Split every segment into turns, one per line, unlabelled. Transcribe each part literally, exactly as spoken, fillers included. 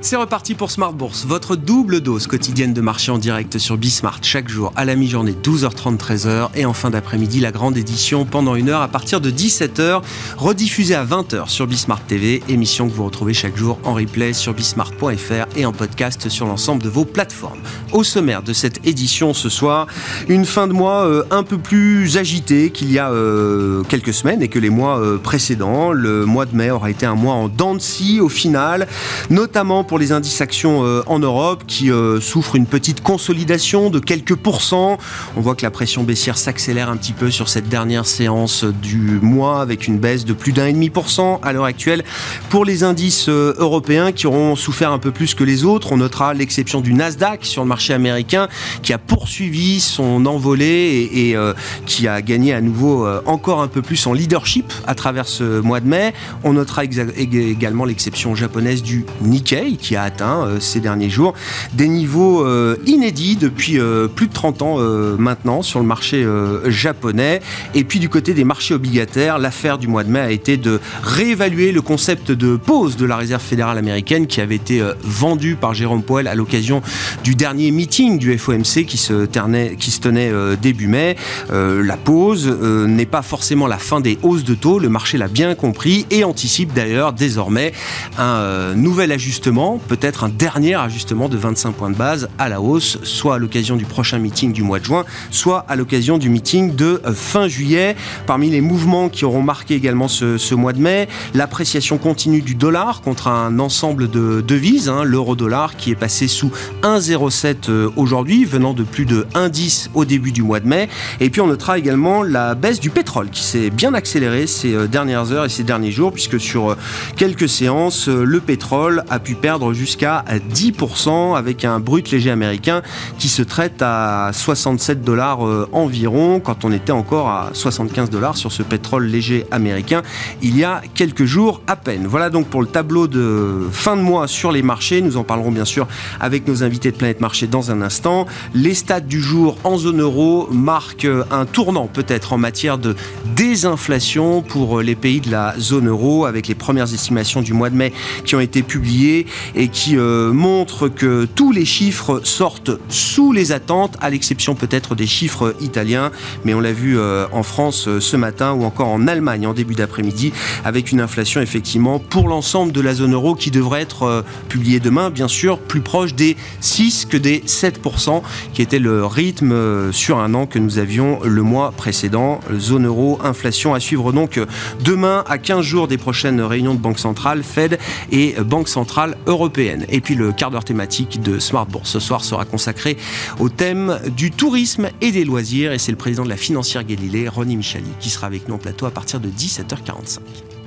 C'est reparti pour Smart Bourse, votre double dose quotidienne de marché en direct sur Bismart chaque jour à la mi-journée douze heures trente treize heures et en fin d'après-midi la grande édition pendant une heure à partir de dix-sept heures, rediffusée à vingt heures sur Bismart T V, émission que vous retrouvez chaque jour en replay sur bismart point f r et en podcast sur l'ensemble de vos plateformes. Au sommaire de cette édition ce soir, une fin de mois euh, un peu plus agitée qu'il y a euh, quelques semaines et que les mois euh, précédents. Le mois de mai aura été un mois en dents de scie au final, notamment pour les indices actions euh, en Europe qui euh, souffrent une petite consolidation de quelques pourcents. On voit que la pression baissière s'accélère un petit peu sur cette dernière séance du mois avec une baisse de plus d'un virgule cinq pour cent à l'heure actuelle pour les indices euh, européens qui auront souffert un peu plus que les autres. On notera l'exception du Nasdaq sur le marché américain qui a poursuivi son envolée et, et euh, qui a gagné à nouveau euh, encore un peu plus en leadership à travers ce mois de mai. On notera exa- également l'exception japonaise du Nikkei qui a atteint euh, ces derniers jours des niveaux euh, inédits depuis euh, plus de trente ans euh, maintenant sur le marché euh, japonais. Et puis du côté des marchés obligataires, l'affaire du mois de mai a été de réévaluer le concept de pause de la Réserve fédérale américaine qui avait été euh, vendu par Jérôme Powell à l'occasion du dernier meeting du F O M C qui se tenait, qui se tenait euh, début mai. Euh, la pause euh, n'est pas forcément la fin des hausses de taux, le marché l'a bien compris et anticipe d'ailleurs désormais un euh, nouvel ajustement, peut-être un dernier ajustement de vingt-cinq points de base à la hausse, soit à l'occasion du prochain meeting du mois de juin, soit à l'occasion du meeting de euh, fin juillet. Parmi les mouvements qui auront marqué également ce, ce mois de mai, l'appréciation continue du dollar contre un ensemble de devises, hein, l'euro-dollar qui est passé sous un virgule zéro sept euh, aujourd'hui, venant de plus de un virgule dix au début du mois de mai. Et puis on notera également la baisse du pétrole qui s'est bien accélérée ces euh, dernières heures et ces derniers jours, puisque sur euh, quelques séances, euh, le pétrole a pu perdre jusqu'à dix pour cent avec un brut léger américain qui se traite à soixante-sept dollars euh, environ, quand on était encore à soixante-quinze dollars sur ce pétrole léger américain il y a quelques jours à peine. Voilà donc pour le tableau de fin de mois sur les marchés. Nous en parlerons bien sûr avec nos invités de Planète Marché dans un instant. Les stats du jour en zone euro marquent un tournant peut-être en matière de désinflation pour les pays de la zone euro, avec les premières estimations du mois de mai qui ont été publiées et qui euh, montrent que tous les chiffres sortent sous les attentes, à l'exception peut-être des chiffres italiens, mais on l'a vu euh, en France euh, ce matin ou encore en Allemagne en début d'après-midi, avec une inflation effectivement pour l'ensemble de la zone euro qui devrait être euh, publiée demain, bien sûr, plus proche des six que des sept pour cent qui était le rythme euh, sur un an que nous avions le mois précédent. Zone euro, inflation à suivre donc demain à quinze jours des prochaines réunions de Banque centrale, Fed et Banque centrale européenne. Et puis le quart d'heure thématique de Smart Bourse ce soir sera consacré au thème du tourisme et des loisirs, et c'est le président de la financière Galilée, Ronnie Michali, qui sera avec nous en plateau à partir de dix-sept heures quarante-cinq.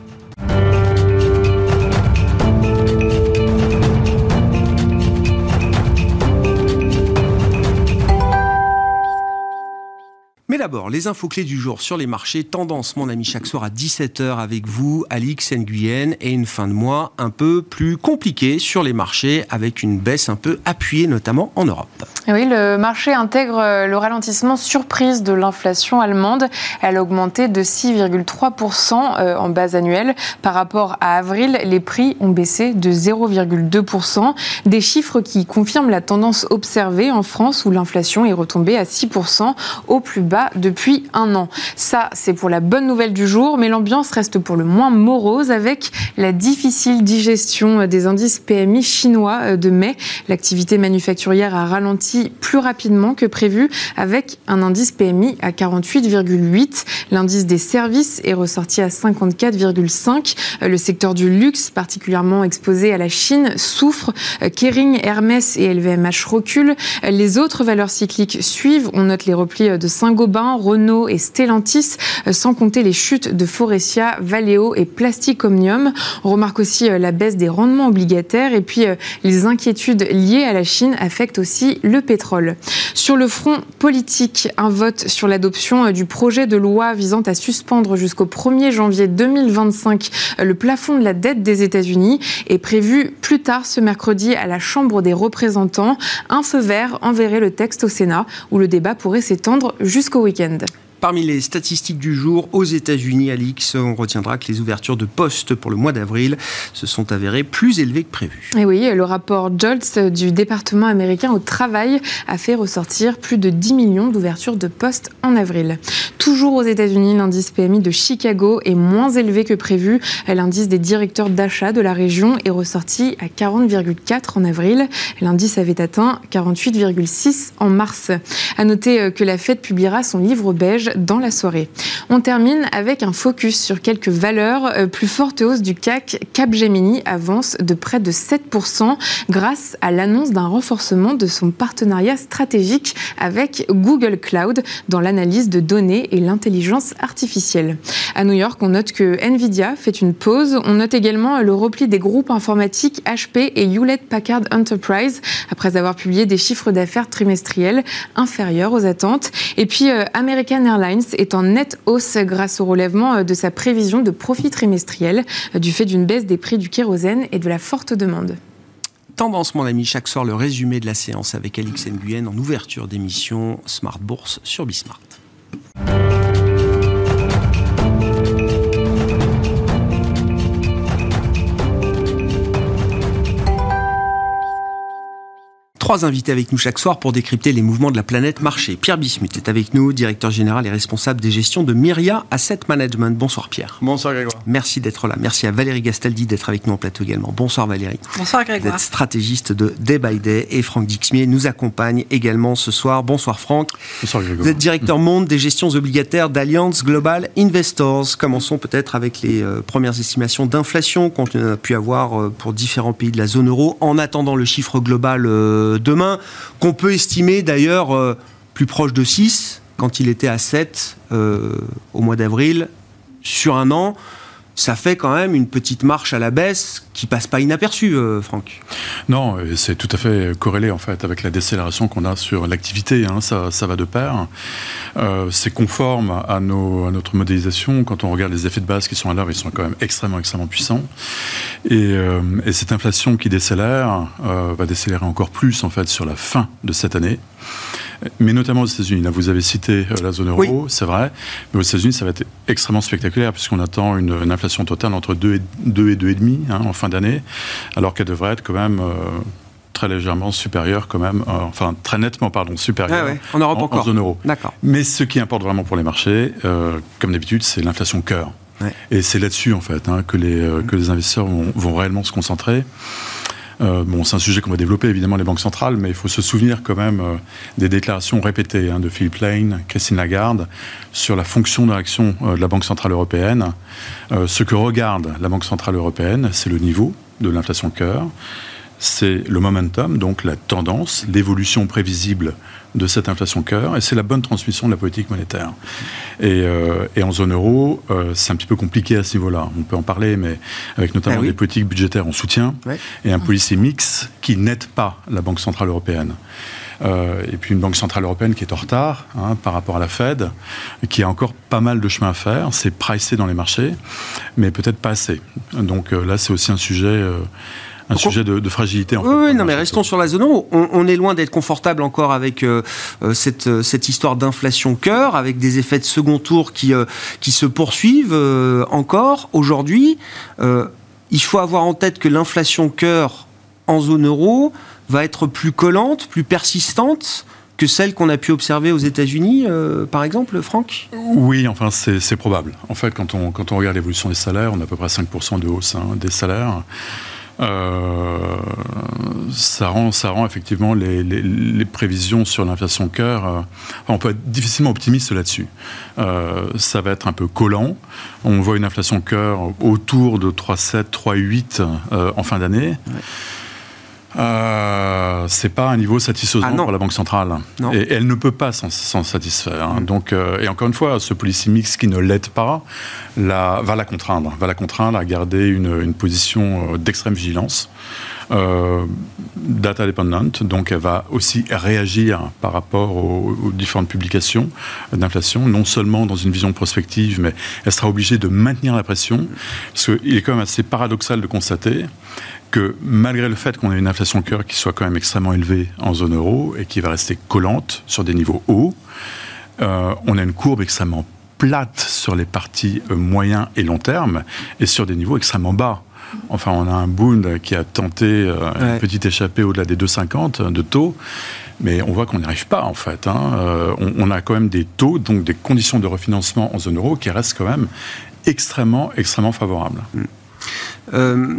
Mais d'abord, les infos clés du jour sur les marchés. Tendance, mon ami, chaque soir à dix-sept heures avec vous, Alix Nguyen, et une fin de mois un peu plus compliquée sur les marchés avec une baisse un peu appuyée, notamment en Europe.
Oui, le marché intègre le ralentissement surprise de l'inflation allemande. Elle a augmenté de six virgule trois pour cent en base annuelle. Par rapport à avril, les prix ont baissé de zéro virgule deux pour cent. Des chiffres qui confirment la tendance observée en France où l'inflation est retombée à six pour cent au plus bas depuis un an. Ça, c'est pour la bonne nouvelle du jour, mais l'ambiance reste pour le moins morose avec la difficile digestion des indices P M I chinois de mai. L'activité manufacturière a ralenti plus rapidement que prévu avec un indice P M I à quarante-huit virgule huit. L'indice des services est ressorti à cinquante-quatre virgule cinq. Le secteur du luxe, particulièrement exposé à la Chine, souffre. Kering, Hermès et L V M H reculent. Les autres valeurs cycliques suivent. On note les replis de Saint-Gobain, Renault et Stellantis, sans compter les chutes de Forestia, Valeo et Plastic Omnium. On remarque aussi la baisse des rendements obligataires et puis les inquiétudes liées à la Chine affectent aussi le pétrole. Sur le front politique, un vote sur l'adoption du projet de loi visant à suspendre jusqu'au premier janvier deux mille vingt-cinq le plafond de la dette des États-Unis est prévu plus tard ce mercredi à la Chambre des représentants. Un feu vert enverrait le texte au Sénat où le débat pourrait s'étendre jusqu'au week-end.
Parmi les statistiques du jour, aux États-Unis, Alix, on retiendra que les ouvertures de postes pour le mois d'avril se sont avérées plus élevées que prévu.
Et oui, le rapport Jolts du département américain au travail a fait ressortir plus de dix millions d'ouvertures de postes en avril. Toujours aux États-Unis, l'indice P M I de Chicago est moins élevé que prévu. L'indice des directeurs d'achat de la région est ressorti à quarante virgule quatre en avril. L'indice avait atteint quarante-huit virgule six en mars. À noter que la Fed publiera son livre beige dans la soirée. On termine avec un focus sur quelques valeurs. Plus forte hausse du C A C, Capgemini avance de près de sept pour cent grâce à l'annonce d'un renforcement de son partenariat stratégique avec Google Cloud dans l'analyse de données et l'intelligence artificielle. À New York, on note que Nvidia fait une pause. On note également le repli des groupes informatiques H P et Hewlett Packard Enterprise après avoir publié des chiffres d'affaires trimestriels inférieurs aux attentes. Et puis euh, American Airlines est en nette hausse grâce au relèvement de sa prévision de profit trimestriel du fait d'une baisse des prix du kérosène et de la forte demande.
Tendance, mon ami, chaque soir le résumé de la séance avec Alix Nguyen en ouverture d'émission Smart Bourse sur Bismart. Trois invités avec nous chaque soir pour décrypter les mouvements de la planète marché. Pierre Bismuth est avec nous, directeur général et responsable des gestions de Myria Asset Management. Bonsoir Pierre.
Bonsoir Grégoire.
Merci d'être là. Merci à Valérie Gastaldi d'être avec nous en plateau également. Bonsoir Valérie.
Bonsoir Grégoire.
Vous êtes stratégiste de Day by Day et Franck Dixmier nous accompagne également ce soir. Bonsoir Franck.
Bonsoir Grégoire.
Vous êtes directeur monde des gestions obligataires d'Allianz Global Investors. Commençons peut-être avec les euh, premières estimations d'inflation qu'on a pu avoir euh, pour différents pays de la zone euro en attendant le chiffre global euh, demain, qu'on peut estimer d'ailleurs euh, plus proche de six, quand il était à sept euh, au mois d'avril, sur un an. Ça fait quand même une petite marche à la baisse qui passe pas inaperçue, euh, Franck.
Non, c'est tout à fait corrélé en fait avec la décélération qu'on a sur l'activité. Hein, ça, ça va de pair. Euh, c'est conforme à, nos, à notre modélisation. Quand on regarde les effets de base qui sont à l'œuvre, ils sont quand même extrêmement, extrêmement puissants. Et, euh, et cette inflation qui décélère euh, va décélérer encore plus en fait sur la fin de cette année. Mais notamment aux États-Unis. Là, vous avez cité la zone euro, oui. C'est vrai. Mais aux États-Unis, ça va être extrêmement spectaculaire puisqu'on attend une, une inflation totale entre deux et deux virgule cinq hein, en fin d'année, alors qu'elle devrait être quand même euh, très légèrement supérieure, quand même, euh, enfin très nettement, pardon, supérieure
ah ouais, en Europe
en,
encore.
en zone euro.
D'accord.
Mais ce qui importe vraiment pour les marchés, euh, comme d'habitude, c'est l'inflation cœur. Ouais. Et c'est là-dessus, en fait, hein, que, les, euh, que les investisseurs vont, vont réellement se concentrer. Euh, bon, c'est un sujet qu'on va développer, évidemment, les banques centrales, mais il faut se souvenir quand même euh, des déclarations répétées hein, de Philippe Lane, Christine Lagarde, sur la fonction de l'action euh, de la Banque centrale européenne. Euh, ce que regarde la Banque centrale européenne, c'est le niveau de l'inflation cœur, c'est le momentum, donc la tendance, l'évolution prévisible de cette inflation cœur, et c'est la bonne transmission de la politique monétaire. Et, euh, et en zone euro, euh, c'est un petit peu compliqué à ce niveau-là. On peut en parler, mais avec notamment ah oui. des politiques budgétaires en soutien, ouais. et un policy mix qui n'aide pas la Banque centrale européenne. Euh, et puis une Banque centrale européenne qui est en retard hein, par rapport à la Fed, qui a encore pas mal de chemin à faire. C'est pricé dans les marchés, mais peut-être pas assez. Donc euh, là, c'est aussi un sujet... Euh, Un Pourquoi sujet de, de fragilité. En
oui,
fait,
oui non, mais restons sur la zone euro. On, on est loin d'être confortable encore avec euh, cette, cette histoire d'inflation cœur, avec des effets de second tour qui, euh, qui se poursuivent euh, encore aujourd'hui. Euh, il faut avoir en tête que l'inflation cœur en zone euro va être plus collante, plus persistante que celle qu'on a pu observer aux États-Unis, euh, par exemple, Franck ?
Oui, enfin, c'est, c'est probable. En fait, quand on, quand on regarde l'évolution des salaires, on a à peu près cinq pour cent de hausse hein, des salaires. Euh, ça rend, ça rend effectivement les, les, les prévisions sur l'inflation cœur. Euh, on peut être difficilement optimiste là-dessus. Euh, ça va être un peu collant. On voit une inflation cœur autour de trois virgule sept, trois virgule huit euh, en fin d'année. Ouais. Euh, c'est pas un niveau satisfaisant ah pour la Banque centrale. Non. Et, et elle ne peut pas s'en, s'en satisfaire. Hein. Mmh. Donc, euh, et encore une fois, ce policy mix qui ne l'aide pas la, va la contraindre, va la contraindre à garder une, une position d'extrême vigilance. Euh, data dependent, donc elle va aussi réagir par rapport aux, aux différentes publications d'inflation, non seulement dans une vision prospective, mais elle sera obligée de maintenir la pression, parce qu'il est quand même assez paradoxal de constater que malgré le fait qu'on ait une inflation cœur qui soit quand même extrêmement élevée en zone euro et qui va rester collante sur des niveaux hauts, euh, on a une courbe extrêmement plate sur les parties euh, moyen et long terme et sur des niveaux extrêmement bas. Enfin, on a un Bund qui a tenté euh, ouais. une petite échappée au-delà des deux virgule cinquante de taux, mais on voit qu'on n'y arrive pas, en fait. Hein. Euh, on, on a quand même des taux, donc des conditions de refinancement en zone euro qui restent quand même extrêmement, extrêmement favorables.
Euh...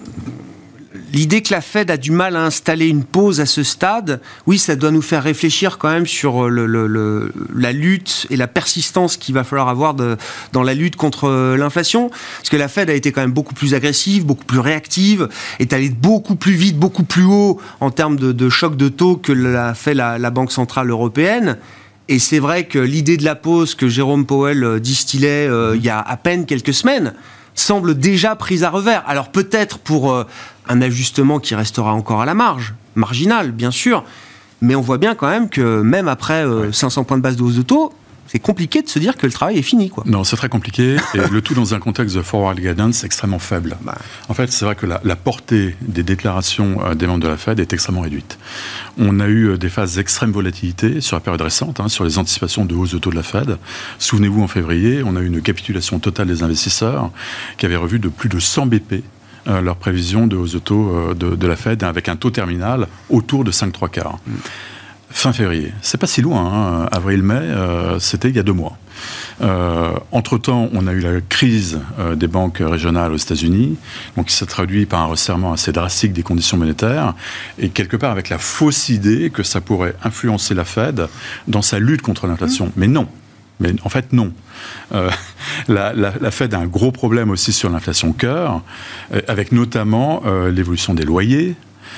L'idée que la Fed a du mal à installer une pause à ce stade, oui, ça doit nous faire réfléchir quand même sur le, le, le, la lutte et la persistance qu'il va falloir avoir de, dans la lutte contre l'inflation. Parce que la Fed a été quand même beaucoup plus agressive, beaucoup plus réactive, est allée beaucoup plus vite, beaucoup plus haut en termes de, de choc de taux que l'a fait la, la Banque Centrale Européenne. Et c'est vrai que l'idée de la pause que Jérôme Powell distillait euh, il y a à peine quelques semaines semble déjà prise à revers. Alors peut-être pour euh, un ajustement qui restera encore à la marge, marginal bien sûr, mais on voit bien quand même que même après euh, ouais. cinq cents points de base de hausse de taux, c'est compliqué de se dire que le travail est fini, quoi.
Non, c'est très compliqué, et le tout dans un contexte de forward guidance extrêmement faible. Bah. En fait, c'est vrai que la, la portée des déclarations euh, des membres de la Fed est extrêmement réduite. On a eu euh, des phases d'extrême volatilité sur la période récente, hein, sur les anticipations de hausse de taux de la Fed. Souvenez-vous, en février, on a eu une capitulation totale des investisseurs qui avaient revu de plus de cent B P euh, leurs prévisions de hausse de taux euh, de, de la Fed, avec un taux terminal autour de cinq trois quarts. Mm. Fin février. C'est pas si loin, hein. Avril-mai, euh, c'était il y a deux mois. Euh, entre-temps, on a eu la crise euh, des banques régionales aux États-Unis, donc qui s'est traduit par un resserrement assez drastique des conditions monétaires, et quelque part avec la fausse idée que ça pourrait influencer la Fed dans sa lutte contre l'inflation. Mmh. Mais non. Mais en fait, non. Euh, la, la, la Fed a un gros problème aussi sur l'inflation cœur, euh, avec notamment euh, l'évolution des loyers.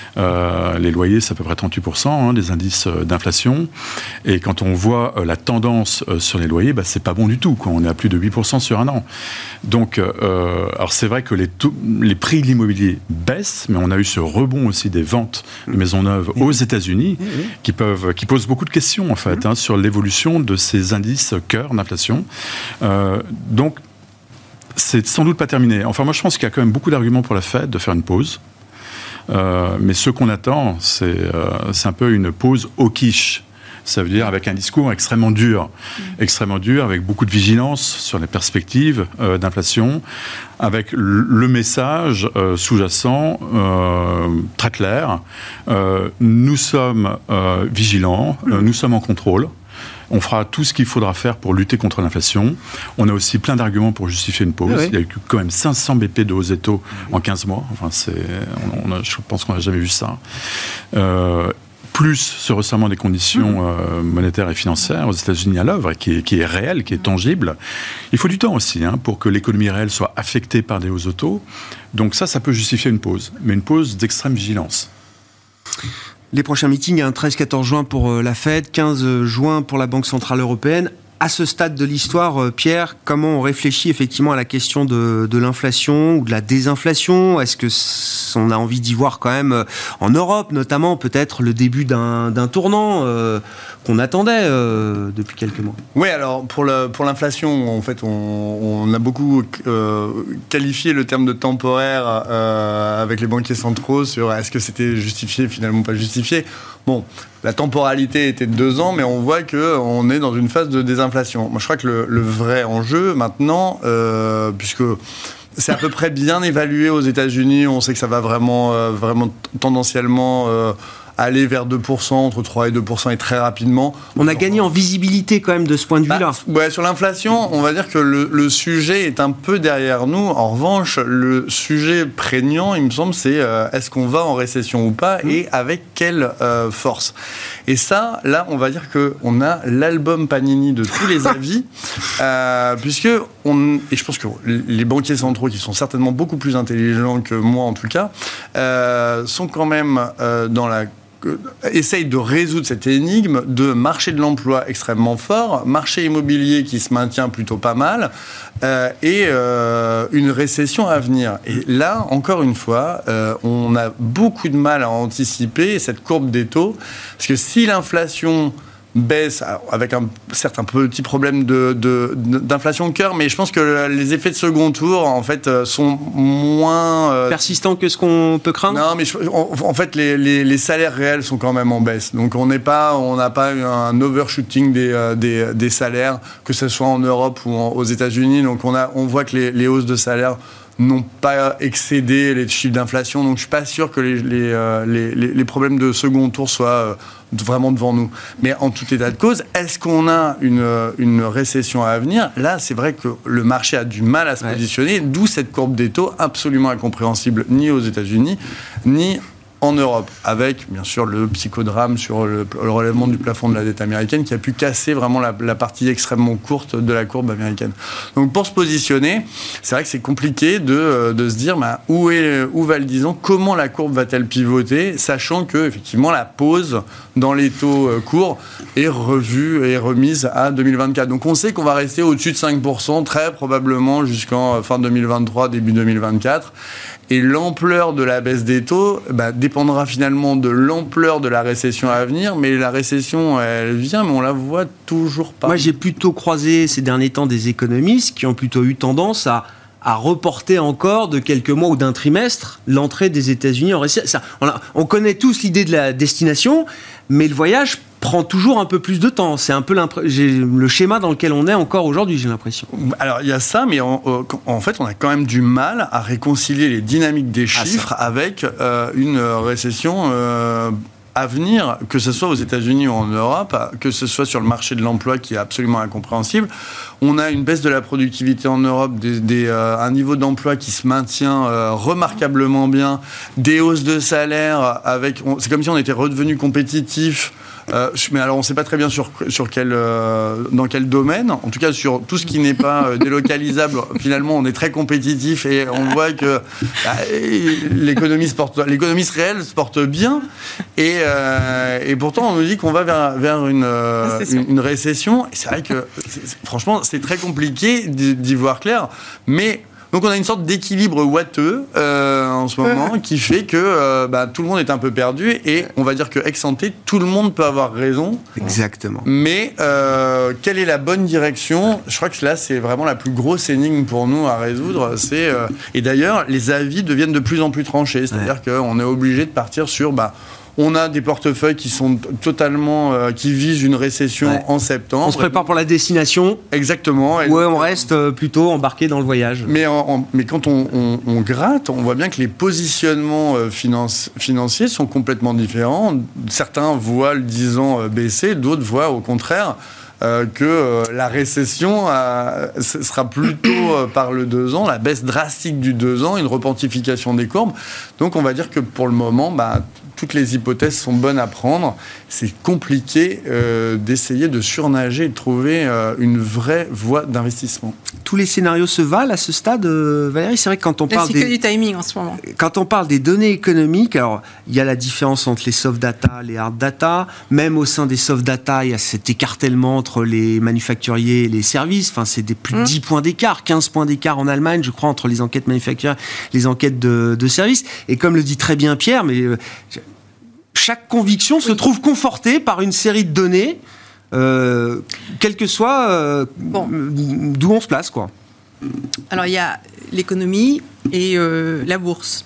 Euh, les loyers, c'est à peu près trente-huit pour cent hein, des indices euh, d'inflation. Et quand on voit euh, la tendance euh, sur les loyers, bah, c'est pas bon du tout, quoi. On est à plus de huit pour cent sur un an. Donc, euh, alors c'est vrai que les, taux, les prix de l'immobilier baissent, mais on a eu ce rebond aussi des ventes de maisons neuves aux États-Unis qui, peuvent, qui posent beaucoup de questions, en fait, hein, sur l'évolution de ces indices cœur d'inflation. Euh, donc, c'est sans doute pas terminé. Enfin, moi, je pense qu'il y a quand même beaucoup d'arguments pour la Fed de faire une pause. Euh, mais ce qu'on attend, c'est, euh, c'est un peu une pause au quiche. Ça veut dire avec un discours extrêmement dur, mmh. extrêmement dur, avec beaucoup de vigilance sur les perspectives euh, d'inflation, avec le, le message euh, sous-jacent euh, très clair. Euh, nous sommes euh, vigilants, mmh. euh, nous sommes en contrôle. On fera tout ce qu'il faudra faire pour lutter contre l'inflation. On a aussi plein d'arguments pour justifier une pause. Oui. Il y a eu quand même cinq cents B P de hausse des taux en quinze mois. Enfin, c'est, on a, je pense qu'on n'a jamais vu ça. Euh, plus ce resserrement des conditions euh, monétaires et financières aux États-Unis à l'œuvre, qui est, qui est réel, qui est tangible. Il faut du temps aussi hein, pour que l'économie réelle soit affectée par des hausses de taux. Donc ça, ça peut justifier une pause, mais une pause d'extrême vigilance.
Les prochains meetings, un treize quatorze juin pour la Fed, quinze juin pour la Banque Centrale Européenne. À ce stade de l'histoire, Pierre, comment on réfléchit effectivement à la question de, de l'inflation ou de la désinflation ? Est-ce que on a envie d'y voir quand même en Europe, notamment peut-être le début d'un, d'un tournant euh, qu'on attendait euh, depuis quelques mois ?
Oui, alors pour, le, pour l'inflation, en fait, on, on a beaucoup euh, qualifié le terme de temporaire euh, avec les banquiers centraux sur est-ce que c'était justifié, finalement pas justifié. Bon, la temporalité était de deux ans, mais on voit qu'on est dans une phase de désinflation. Moi, je crois que le, le vrai enjeu maintenant, euh, puisque c'est à peu près bien évalué aux États-Unis, on sait que ça va vraiment, euh, vraiment tendanciellement euh, aller vers deux pour cent, entre trois et deux pour cent et très rapidement.
On a gagné en visibilité quand même de ce point de vue-là.
Bah, ouais, sur l'inflation, on va dire que le, le sujet est un peu derrière nous. En revanche, le sujet prégnant, il me semble, c'est euh, est-ce qu'on va en récession ou pas mmh. et avec quelle euh, force. Et ça, là, on va dire qu'on a l'album Panini de tous les avis, euh, puisque, on, et je pense que les banquiers centraux, qui sont certainement beaucoup plus intelligents que moi en tout cas, euh, sont quand même euh, dans la essaye de résoudre cette énigme de marché de l'emploi extrêmement fort, marché immobilier qui se maintient plutôt pas mal, euh, et euh, une récession à venir. Et là, encore une fois, euh, on a beaucoup de mal à anticiper cette courbe des taux, parce que si l'inflation baisse, avec un certain petit problème de, de, d'inflation de cœur, mais je pense que les effets de second tour, en fait, sont moins... Euh,
persistants que ce qu'on peut craindre.
Non, mais je, en, en fait, les, les, les salaires réels sont quand même en baisse. Donc, on n'est pas, on n'a pas un overshooting des, euh, des, des salaires, que ce soit en Europe ou en, aux États-Unis. Donc, on, a, on voit que les, les hausses de salaires n'ont pas excédé les chiffres d'inflation. Donc, je suis pas sûr que les, les, euh, les, les problèmes de second tour soient euh, vraiment devant nous. Mais en tout état de cause, est-ce qu'on a une, une récession à venir ? Là, c'est vrai que le marché a du mal à se ouais. positionner, d'où cette courbe des taux absolument incompréhensible, ni aux États-Unis, ni en Europe, avec bien sûr le psychodrame sur le, le relèvement du plafond de la dette américaine qui a pu casser vraiment la, la partie extrêmement courte de la courbe américaine. Donc pour se positionner, c'est vrai que c'est compliqué de, de se dire bah, où, est, où va le dix ans, comment la courbe va-t-elle pivoter, sachant que effectivement la pause dans les taux courts est revue et remise à deux mille vingt-quatre. Donc on sait qu'on va rester au-dessus de cinq pour cent très probablement jusqu'en fin deux mille vingt-trois, début deux mille vingt-quatre. Et l'ampleur de la baisse des taux bah, dépendra finalement de l'ampleur de la récession à venir. Mais la récession, elle vient, mais on la voit toujours pas.
Moi, j'ai plutôt croisé ces derniers temps des économistes qui ont plutôt eu tendance à, à reporter encore de quelques mois ou d'un trimestre l'entrée des États-Unis en récession. Ça, on, a, on connaît tous l'idée de la destination, mais le voyage prend toujours un peu plus de temps. C'est un peu j'ai le schéma dans lequel on est encore aujourd'hui, j'ai l'impression.
Alors, il y a ça, mais en, en fait, on a quand même du mal à réconcilier les dynamiques des chiffres ah, avec euh, une récession euh, à venir, que ce soit aux États-Unis ou en Europe, que ce soit sur le marché de l'emploi qui est absolument incompréhensible. On a une baisse de la productivité en Europe, des, des, euh, un niveau d'emploi qui se maintient euh, remarquablement bien, des hausses de salaire, avec, on, c'est comme si on était redevenu compétitif. Euh, mais alors on ne sait pas très bien sur, sur quel, euh, dans quel domaine. En tout cas, sur tout ce qui n'est pas euh, délocalisable, finalement, on est très compétitif et on voit que bah, l'économie, se porte, l'économie réelle se porte bien. Et, euh, et pourtant, on nous dit qu'on va vers, vers une, euh, une, une récession. Et c'est vrai que, c'est, franchement, c'est très compliqué d'y, d'y voir clair. Mais... Donc on a une sorte d'équilibre ouateux euh, en ce moment qui fait que euh, bah, tout le monde est un peu perdu et on va dire que ex-ante, tout le monde peut avoir raison.
Exactement.
Mais euh, quelle est la bonne direction ? Je crois que là c'est vraiment la plus grosse énigme pour nous à résoudre. C'est, euh, et d'ailleurs les avis deviennent de plus en plus tranchés. C'est-à-dire ouais. qu'on est obligé de partir sur... Bah, on a des portefeuilles qui sont totalement, euh, qui visent une récession ouais. en septembre.
On se prépare pour la destination.
Exactement.
Ouais, on reste euh, plutôt embarqué dans le voyage.
Mais, en, en, mais quand on, on, on gratte, on voit bien que les positionnements euh, finance, financiers sont complètement différents. Certains voient le dix ans euh, baisser, d'autres voient au contraire Euh, que euh, la récession euh, sera plutôt euh, par le deux ans, la baisse drastique du deux ans, une repentification des courbes. Donc on va dire que pour le moment, bah, toutes les hypothèses sont bonnes à prendre. C'est compliqué euh, d'essayer de surnager et de trouver euh, une vraie voie d'investissement.
Tous les scénarios se valent à ce stade, euh, Valérie. C'est vrai que quand on parle
c'est
des...
que du timing en ce moment.
Quand on parle des données économiques, alors il y a la différence entre les soft data, les hard data. Même au sein des soft data, il y a cet écartèlement entre les manufacturiers et les services. Enfin, c'est des plus de dix points d'écart, quinze points d'écart en Allemagne, je crois, entre les enquêtes manufacturières et les enquêtes de, de services. Et comme le dit très bien Pierre, mais euh, chaque conviction oui. se trouve confortée par une série de données, euh, quel que soit euh, bon. d'où on se place, quoi.
Alors, il y a l'économie et euh, la bourse.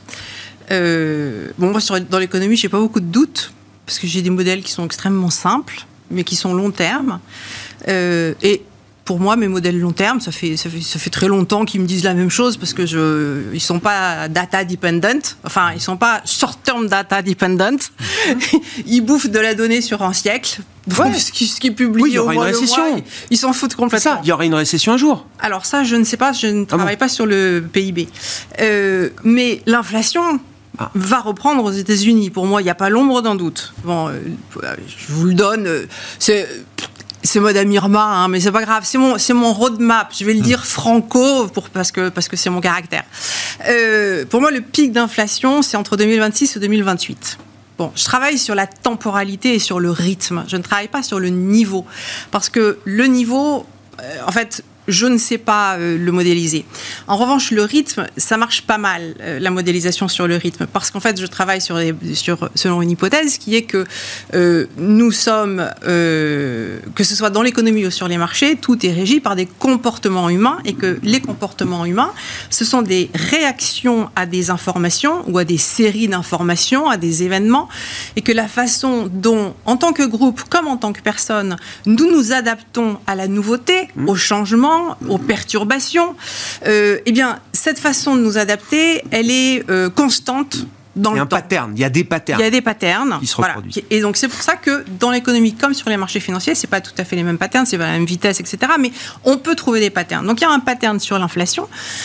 Euh, bon, moi, sur, dans l'économie, je n'ai pas beaucoup de doutes, parce que j'ai des modèles qui sont extrêmement simples, mais qui sont long terme. Euh, et pour moi, mes modèles long terme, ça fait, ça fait, ça fait très longtemps qu'ils me disent la même chose, parce que je, ils ne sont pas data dependent, enfin, ils ne sont pas short-term data dependent. Ils bouffent de la donnée sur un siècle. Ouais. Ce qui, ce qui est publié
oui, il y aura
au mois
une récession.
Mois, ils s'en foutent complètement.
C'est ça, il y aura une récession un jour.
Alors ça, je ne sais pas, je ne travaille ah bon. pas sur le P I B. Euh, mais l'inflation... Ah. va reprendre aux États-Unis. Pour moi, il n'y a pas l'ombre d'un doute. Bon, euh, je vous le donne. Euh, c'est, c'est Madame Irma, hein, mais c'est pas grave. C'est mon, c'est mon roadmap. Je vais le dire franco pour, parce que, parce que c'est mon caractère. Euh, pour moi, le pic d'inflation, c'est entre deux mille vingt-six et deux mille vingt-huit. Bon, je travaille sur la temporalité et sur le rythme. Je ne travaille pas sur le niveau. Parce que le niveau, euh, en fait, je ne sais pas euh, le modéliser. En revanche, le rythme, ça marche pas mal, euh, la modélisation sur le rythme, parce qu'en fait, je travaille sur, les, sur selon une hypothèse qui est que euh, nous sommes, euh, que ce soit dans l'économie ou sur les marchés, tout est régi par des comportements humains, et que les comportements humains, ce sont des réactions à des informations ou à des séries d'informations, à des événements, et que la façon dont, en tant que groupe comme en tant que personne, nous nous adaptons à la nouveauté, mmh. au changement, aux perturbations, euh, eh bien, cette façon de nous adapter, elle est euh, constante. Dans
il y a
le
un
temps.
pattern, il y a des patterns.
Il y a des patterns
qui se
voilà.
reproduisent.
Et donc c'est pour ça que dans l'économie comme sur les marchés financiers, c'est pas tout à fait les mêmes patterns, c'est pas la même vitesse, et cetera. Mais on peut trouver des patterns. Donc il y a un pattern sur l'inflation.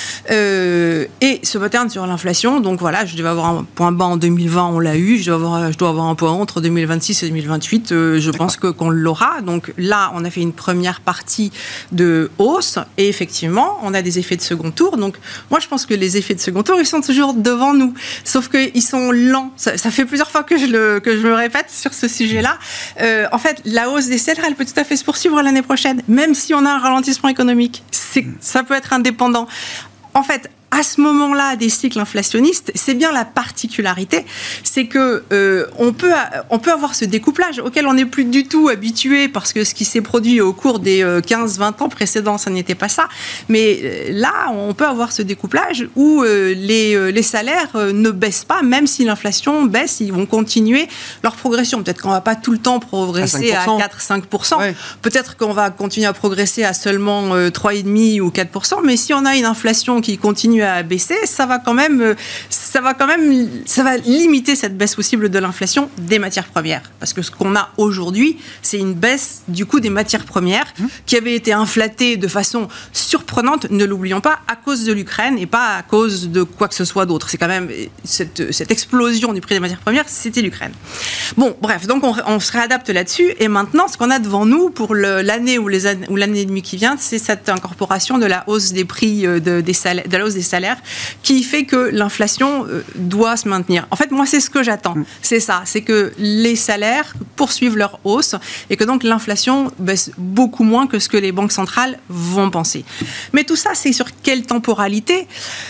Euh, et ce pattern sur l'inflation, donc voilà, je devais avoir un point bas en deux mille vingt, on l'a eu. Je dois avoir, je dois avoir un point haut entre deux mille vingt-six et deux mille vingt-huit. Euh, je D'accord. pense que qu'on l'aura. Donc là, on a fait une première partie de hausse. Et effectivement, on a des effets de second tour. Donc moi, je pense que les effets de second tour, ils sont toujours devant nous. Sauf qu'ils sont lents. Ça, ça fait plusieurs fois que je, le, que je me répète sur ce sujet-là. Euh, en fait, la hausse des salaires, elle peut tout à fait se poursuivre l'année prochaine, même si on a un ralentissement économique. C'est, ça peut être indépendant. En fait, à ce moment-là des cycles inflationnistes, c'est bien la particularité, c'est que euh, on peut on peut avoir ce découplage auquel on n'est plus du tout habitué, parce que ce qui s'est produit au cours des euh, quinze vingt ans précédents, ça n'était pas ça. Mais euh, là, on peut avoir ce découplage où euh, les euh, les salaires euh, ne baissent pas, même si l'inflation baisse, ils vont continuer leur progression. Peut-être qu'on va pas tout le temps progresser à, à quatre à cinq pour cent. Ouais. Peut-être qu'on va continuer à progresser à seulement euh, trois virgule cinq ou quatre pour cent. Mais si on a une inflation qui continue à baisser, ça va quand même, ça va quand même, ça va limiter cette baisse possible de l'inflation des matières premières. Parce que ce qu'on a aujourd'hui, c'est une baisse du coût des matières premières mmh. qui avait été inflatée de façon surprenante, ne l'oublions pas, à cause de l'Ukraine et pas à cause de quoi que ce soit d'autre. C'est quand même cette, cette explosion du prix des matières premières, c'était l'Ukraine. Bon, bref, donc on, on se réadapte là-dessus. Et maintenant, ce qu'on a devant nous pour le, l'année ou, les années, ou l'année et demie qui vient, c'est cette incorporation de la hausse des prix de, des salaires, de la hausse des salaires, qui fait que l'inflation doit se maintenir. En fait, moi, c'est ce que j'attends. C'est ça, c'est que les salaires poursuivent leur hausse et que donc l'inflation baisse beaucoup moins que ce que les banques centrales vont penser. Mais tout ça, c'est sur quelle temporalité ?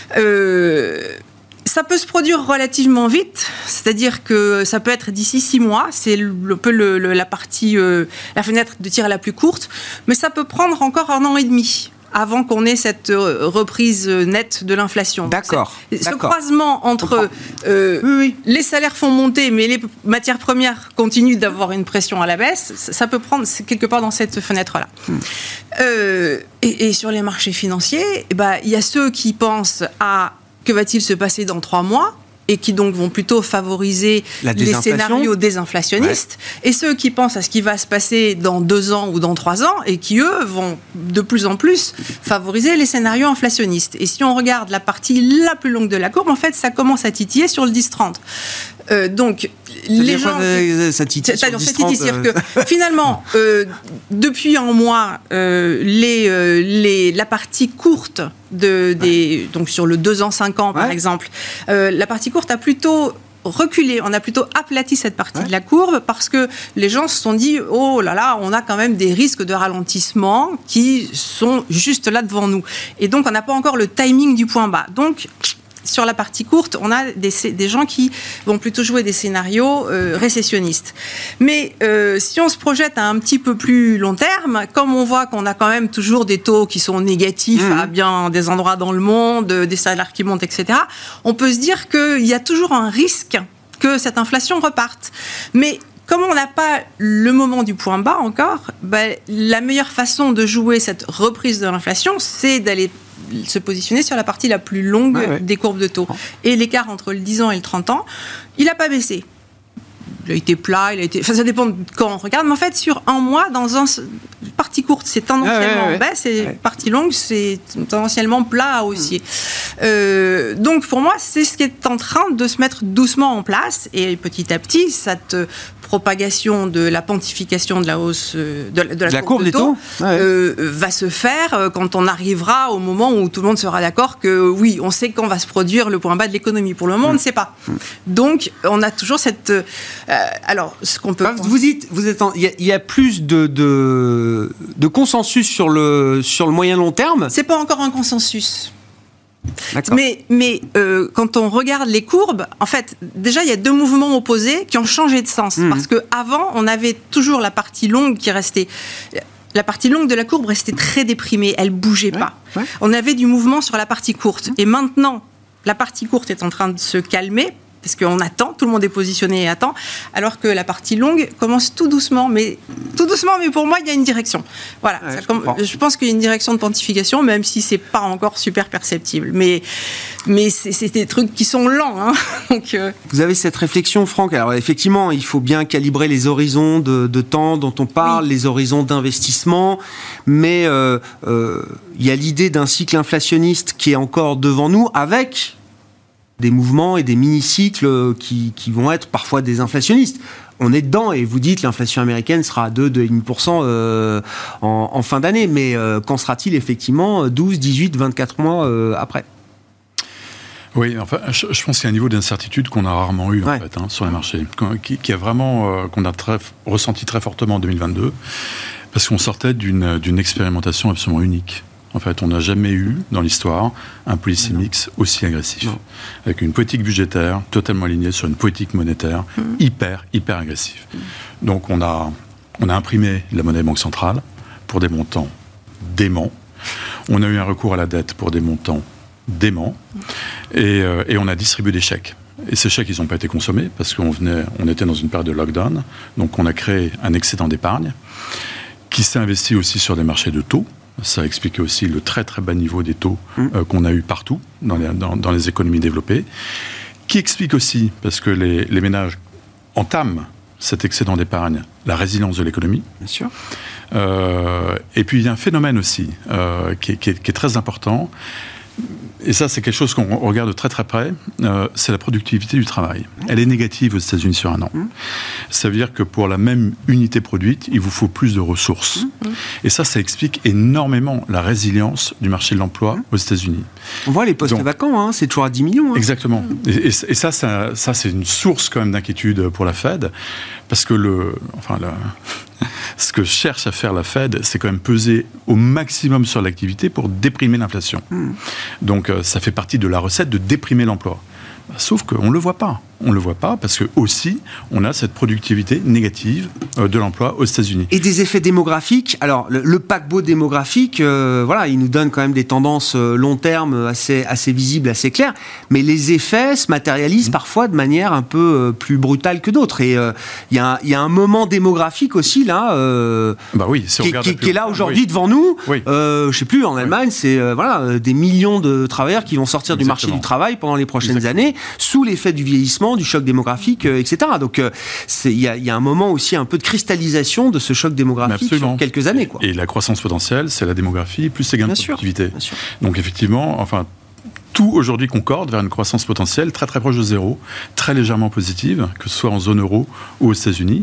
euh, Ça peut se produire relativement vite, c'est-à-dire que ça peut être d'ici six mois, c'est un peu le, le, la partie, euh, la fenêtre de tir la plus courte, mais ça peut prendre encore un an et demi avant qu'on ait cette reprise nette de l'inflation.
D'accord.
Ce
D'accord.
croisement entre euh, oui, oui. les salaires font monter, mais les matières premières continuent d'avoir une pression à la baisse, ça peut prendre quelque part dans cette fenêtre-là. Hmm. Euh, et, et sur les marchés financiers, eh ben, y a ceux qui pensent à que va-t-il se passer dans trois mois et qui donc vont plutôt favoriser les scénarios désinflationnistes, ouais. et ceux qui pensent à ce qui va se passer dans deux ans ou dans trois ans, et qui, eux, vont de plus en plus favoriser les scénarios inflationnistes. Et si on regarde la partie la plus longue de la courbe, en fait, ça commence à titiller sur le dix trente. Euh, donc,
c'est
les gens...
Euh, ça titille sur le dix trente,
c'est-à-dire que, finalement, euh, depuis un mois, euh, les, euh, les, la partie courte de, des, ouais. donc sur le deux ans, cinq ans, par ouais. exemple, euh, la partie courte a plutôt reculé, on a plutôt aplati cette partie ouais. de la courbe, parce que les gens se sont dit, oh là là, on a quand même des risques de ralentissement qui sont juste là devant nous. Et donc, on n'a pas encore le timing du point bas. Donc, sur la partie courte, on a des, des gens qui vont plutôt jouer des scénarios euh, récessionnistes. Mais euh, si on se projette à un petit peu plus long terme, comme on voit qu'on a quand même toujours des taux qui sont négatifs mmh. à bien des endroits dans le monde, des salaires qui montent, et cetera, on peut se dire qu'il y a toujours un risque que cette inflation reparte. Mais comme on n'a pas le moment du point bas encore, ben, la meilleure façon de jouer cette reprise de l'inflation, c'est d'aller se positionner sur la partie la plus longue ah ouais. des courbes de taux. Et l'écart entre le dix ans et le trente ans, il n'a pas baissé. Il a été plat, il a été... Enfin, ça dépend de quand on regarde, mais en fait, sur un mois, dans une partie courte, c'est tendanciellement ah ouais, ouais, baisse, et ouais. partie longue, c'est tendanciellement plat à haussier. Mmh. Euh, donc, pour moi, c'est ce qui est en train de se mettre doucement en place, et petit à petit, cette propagation de la pontification de la hausse de la, de la, de la courbe, courbe des taux, taux ouais. euh, va se faire quand on arrivera au moment où tout le monde sera d'accord que oui, on sait quand va se produire le point bas de l'économie. Pour le moment, mmh. on ne sait pas. Mmh. Donc, on a toujours cette... Euh, alors, ce qu'on peut...
Enfin, vous dites, vous êtes, il y, y a plus de, de, de consensus sur le, sur le moyen long terme.
C'est pas encore un consensus. Mais, mais euh, quand on regarde les courbes, en fait, déjà, il y a deux mouvements opposés qui ont changé de sens. Mmh. Parce qu'avant, on avait toujours la partie longue qui restait... La partie longue de la courbe restait très déprimée, elle ne bougeait ouais, pas. Ouais. On avait du mouvement sur la partie courte. Mmh. Et maintenant, la partie courte est en train de se calmer, parce qu'on attend, tout le monde est positionné et attend, alors que la partie longue commence tout doucement, mais tout doucement, mais pour moi, il y a une direction. Voilà, ouais, ça, je, je pense qu'il y a une direction de pontification, même si c'est pas encore super perceptible. Mais, mais c'est, c'est des trucs qui sont lents. Hein. Donc, euh...
Vous avez cette réflexion, Franck. Alors effectivement, il faut bien calibrer les horizons de, de temps dont on parle, oui. les horizons d'investissement, mais euh, euh, il y a l'idée d'un cycle inflationniste qui est encore devant nous, avec des mouvements et des mini-cycles qui, qui vont être parfois désinflationnistes. On est dedans, et vous dites l'inflation américaine sera à deux à deux virgule cinq pour cent euh, en, en fin d'année, mais euh, qu'en sera-t-il effectivement douze, dix-huit, vingt-quatre mois euh, après ?
Oui, enfin, je, je pense qu'il y a un niveau d'incertitude qu'on a rarement eu, ouais. en fait, hein, sur les marchés, qui, qui a vraiment, euh, qu'on a très, ressenti très fortement en deux mille vingt-deux, parce qu'on sortait d'une, d'une expérimentation absolument unique. En fait, on n'a jamais eu, dans l'histoire, un policy mix aussi agressif. Non. Avec une politique budgétaire totalement alignée sur une politique monétaire mmh. hyper, hyper agressive. Mmh. Donc, on a, on a imprimé la monnaie banque centrale pour des montants déments. On a eu un recours à la dette pour des montants déments. Mmh. Et, euh, et on a distribué des chèques. Et ces chèques, ils n'ont pas été consommés parce qu'on venait, on était dans une période de lockdown. Donc, on a créé un excédent d'épargne qui s'est investi aussi sur des marchés de taux. Ça explique aussi le très très bas niveau des taux mmh. euh, qu'on a eu partout dans les, dans, dans les économies développées, qui explique aussi, parce que les, les ménages entament cet excédent d'épargne, la résilience de l'économie.
Bien sûr.
Euh, et puis il y a un phénomène aussi euh, qui, est, qui, est, qui est très important, et ça c'est quelque chose qu'on regarde de très très près, euh, c'est la productivité du travail. Elle est négative aux États-Unis sur un an. Mmh. Ça veut dire que pour la même unité produite, il vous faut plus de ressources. Mmh. Et ça, ça explique énormément la résilience du marché de l'emploi mmh. aux États-Unis.
On voit les postes Donc, vacants, hein, c'est toujours à dix millions. Hein.
Exactement. Mmh. Et, et, et ça, ça, ça, c'est une source quand même d'inquiétude pour la Fed, parce que le, enfin, le, ce que cherche à faire la Fed, c'est quand même peser au maximum sur l'activité pour déprimer l'inflation. Mmh. Donc, ça fait partie de la recette de déprimer l'emploi. Sauf qu'on ne le voit pas. On ne le voit pas parce que aussi, on a cette productivité négative euh, de l'emploi aux États-Unis.
Et des effets démographiques. Alors, le, le paquebot démographique, euh, voilà, il nous donne quand même des tendances euh, long terme assez, assez visibles, assez claires. Mais les effets se matérialisent mmh. parfois de manière un peu euh, plus brutale que d'autres. Et il euh, y, y a un moment démographique aussi, là, euh,
bah oui, si
qui, qui, qui est là aujourd'hui oui. devant nous. Oui. Euh, je ne sais plus, en Allemagne, oui. c'est euh, voilà, des millions de travailleurs qui vont sortir Exactement. du marché du travail pendant les prochaines Exactement. années, sous l'effet du vieillissement, du choc démographique, euh, et cetera. Donc, il euh, y, y a un moment aussi un peu de cristallisation de ce choc démographique sur quelques années. Quoi.
Et la croissance potentielle, c'est la démographie plus les gains de productivité. Donc, effectivement, enfin, tout aujourd'hui concorde vers une croissance potentielle très très proche de zéro, très légèrement positive, que ce soit en zone euro ou aux États-Unis.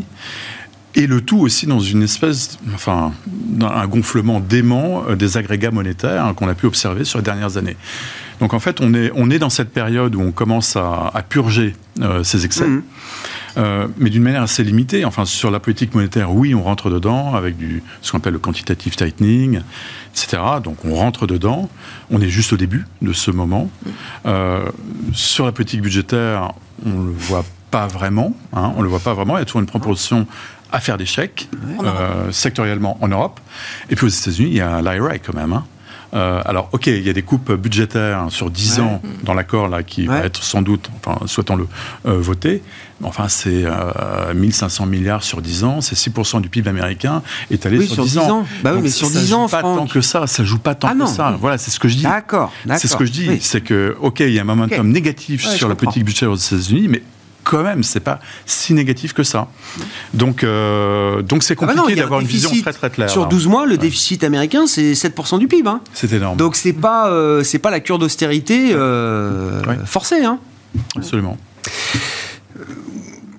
Et le tout aussi dans une espèce, enfin, un gonflement dément des agrégats monétaires hein, qu'on a pu observer sur les dernières années. Donc en fait, on est, on est dans cette période où on commence à, à purger euh, ces excès, mmh. euh, mais d'une manière assez limitée. Enfin, sur la politique monétaire, oui, on rentre dedans avec du, ce qu'on appelle le quantitative tightening, et cetera. Donc on rentre dedans. On est juste au début de ce moment. Mmh. Euh, sur la politique budgétaire, on ne le voit pas vraiment. Hein, on le voit pas vraiment. Il y a toujours une proportion à faire des chèques, euh, sectoriellement en Europe. Et puis aux États-Unis, il y a l'I R A quand même. Hein. Euh, alors, ok, il y a des coupes budgétaires sur dix ouais. ans dans l'accord là qui ouais. va être sans doute, enfin, souhaitons-le, euh, voté. Mais enfin, c'est euh, mille cinq cents milliards sur dix ans, c'est six pour cent du P I B américain étalé
oui,
sur,
sur
dix
ans.
ans.
Bah oui, mais sur dix ans,
ça joue pas
Franck.
tant que ça. Ça joue pas tant
ah,
que ça. Voilà, c'est ce que je dis.
D'accord, d'accord.
C'est ce que je dis.
Oui.
C'est que, ok, il y a un momentum okay. négatif ouais, sur la politique budgétaire aux États-Unis, mais quand même, c'est pas si négatif que ça. Donc, euh, donc c'est compliqué ah bah non, d'avoir une vision très très claire.
Sur douze mois, le ouais. déficit américain, c'est sept pour cent du P I B. Hein.
C'est énorme.
Donc, c'est pas, euh, c'est pas la cure d'austérité euh, ouais. forcée. Hein.
Absolument.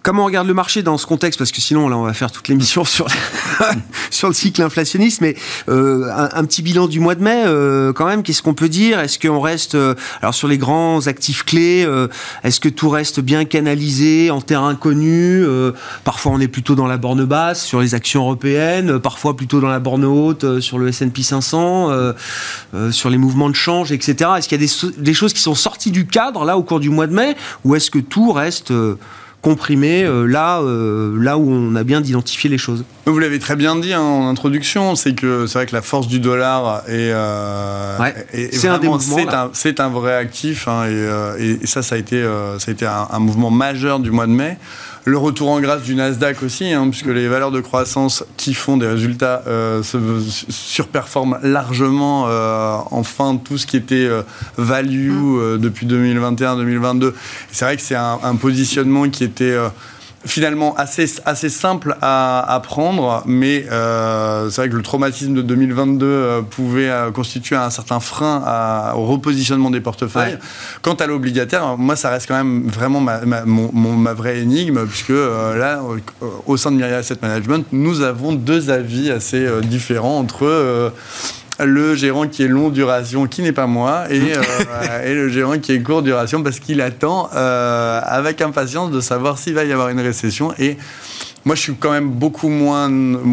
Comment on regarde le marché dans ce contexte? Parce que sinon, là, on va faire toute l'émission sur, sur le cycle inflationniste. Mais euh, un, un petit bilan du mois de mai, euh, quand même, qu'est-ce qu'on peut dire? Est-ce qu'on reste... Euh, alors, sur les grands actifs clés, euh, est-ce que tout reste bien canalisé, en terrain connu? euh, Parfois, on est plutôt dans la borne basse, sur les actions européennes. Parfois, plutôt dans la borne haute, euh, sur le S and P cinq cents, euh, euh, sur les mouvements de change, et cetera. Est-ce qu'il y a des, des choses qui sont sorties du cadre, là, au cours du mois de mai? Ou est-ce que tout reste... Euh, comprimé euh, là, euh, là où on a bien identifié les choses?
Vous l'avez très bien dit hein, en introduction, c'est que c'est vrai que la force du dollar est, euh,
ouais,
est, est
c'est,
vraiment,
un
c'est, un, c'est un vrai actif hein, et, euh, et, et ça, ça a été, euh, ça a été un, un mouvement majeur du mois de mai. Le retour en grâce du Nasdaq aussi, hein, puisque les valeurs de croissance qui font des résultats euh, se, surperforment largement euh, enfin tout ce qui était euh, value euh, depuis deux mille vingt et un deux mille vingt-deux. Et c'est vrai que c'est un, un positionnement qui était euh, finalement assez, assez simple à, à prendre, mais euh, c'est vrai que le traumatisme de deux mille vingt-deux euh, pouvait euh, constituer un certain frein à, au repositionnement des portefeuilles. Ouais. Quant à l'obligataire, moi, ça reste quand même vraiment ma, ma, mon, mon, ma vraie énigme, puisque euh, là, au, au sein de Myriad Asset Management, nous avons deux avis assez euh, différents entre... Euh, le gérant qui est long duration, qui n'est pas moi, et, euh, et le gérant qui est court duration, parce qu'il attend euh, avec impatience de savoir s'il va y avoir une récession. Et moi, je suis quand même beaucoup moins,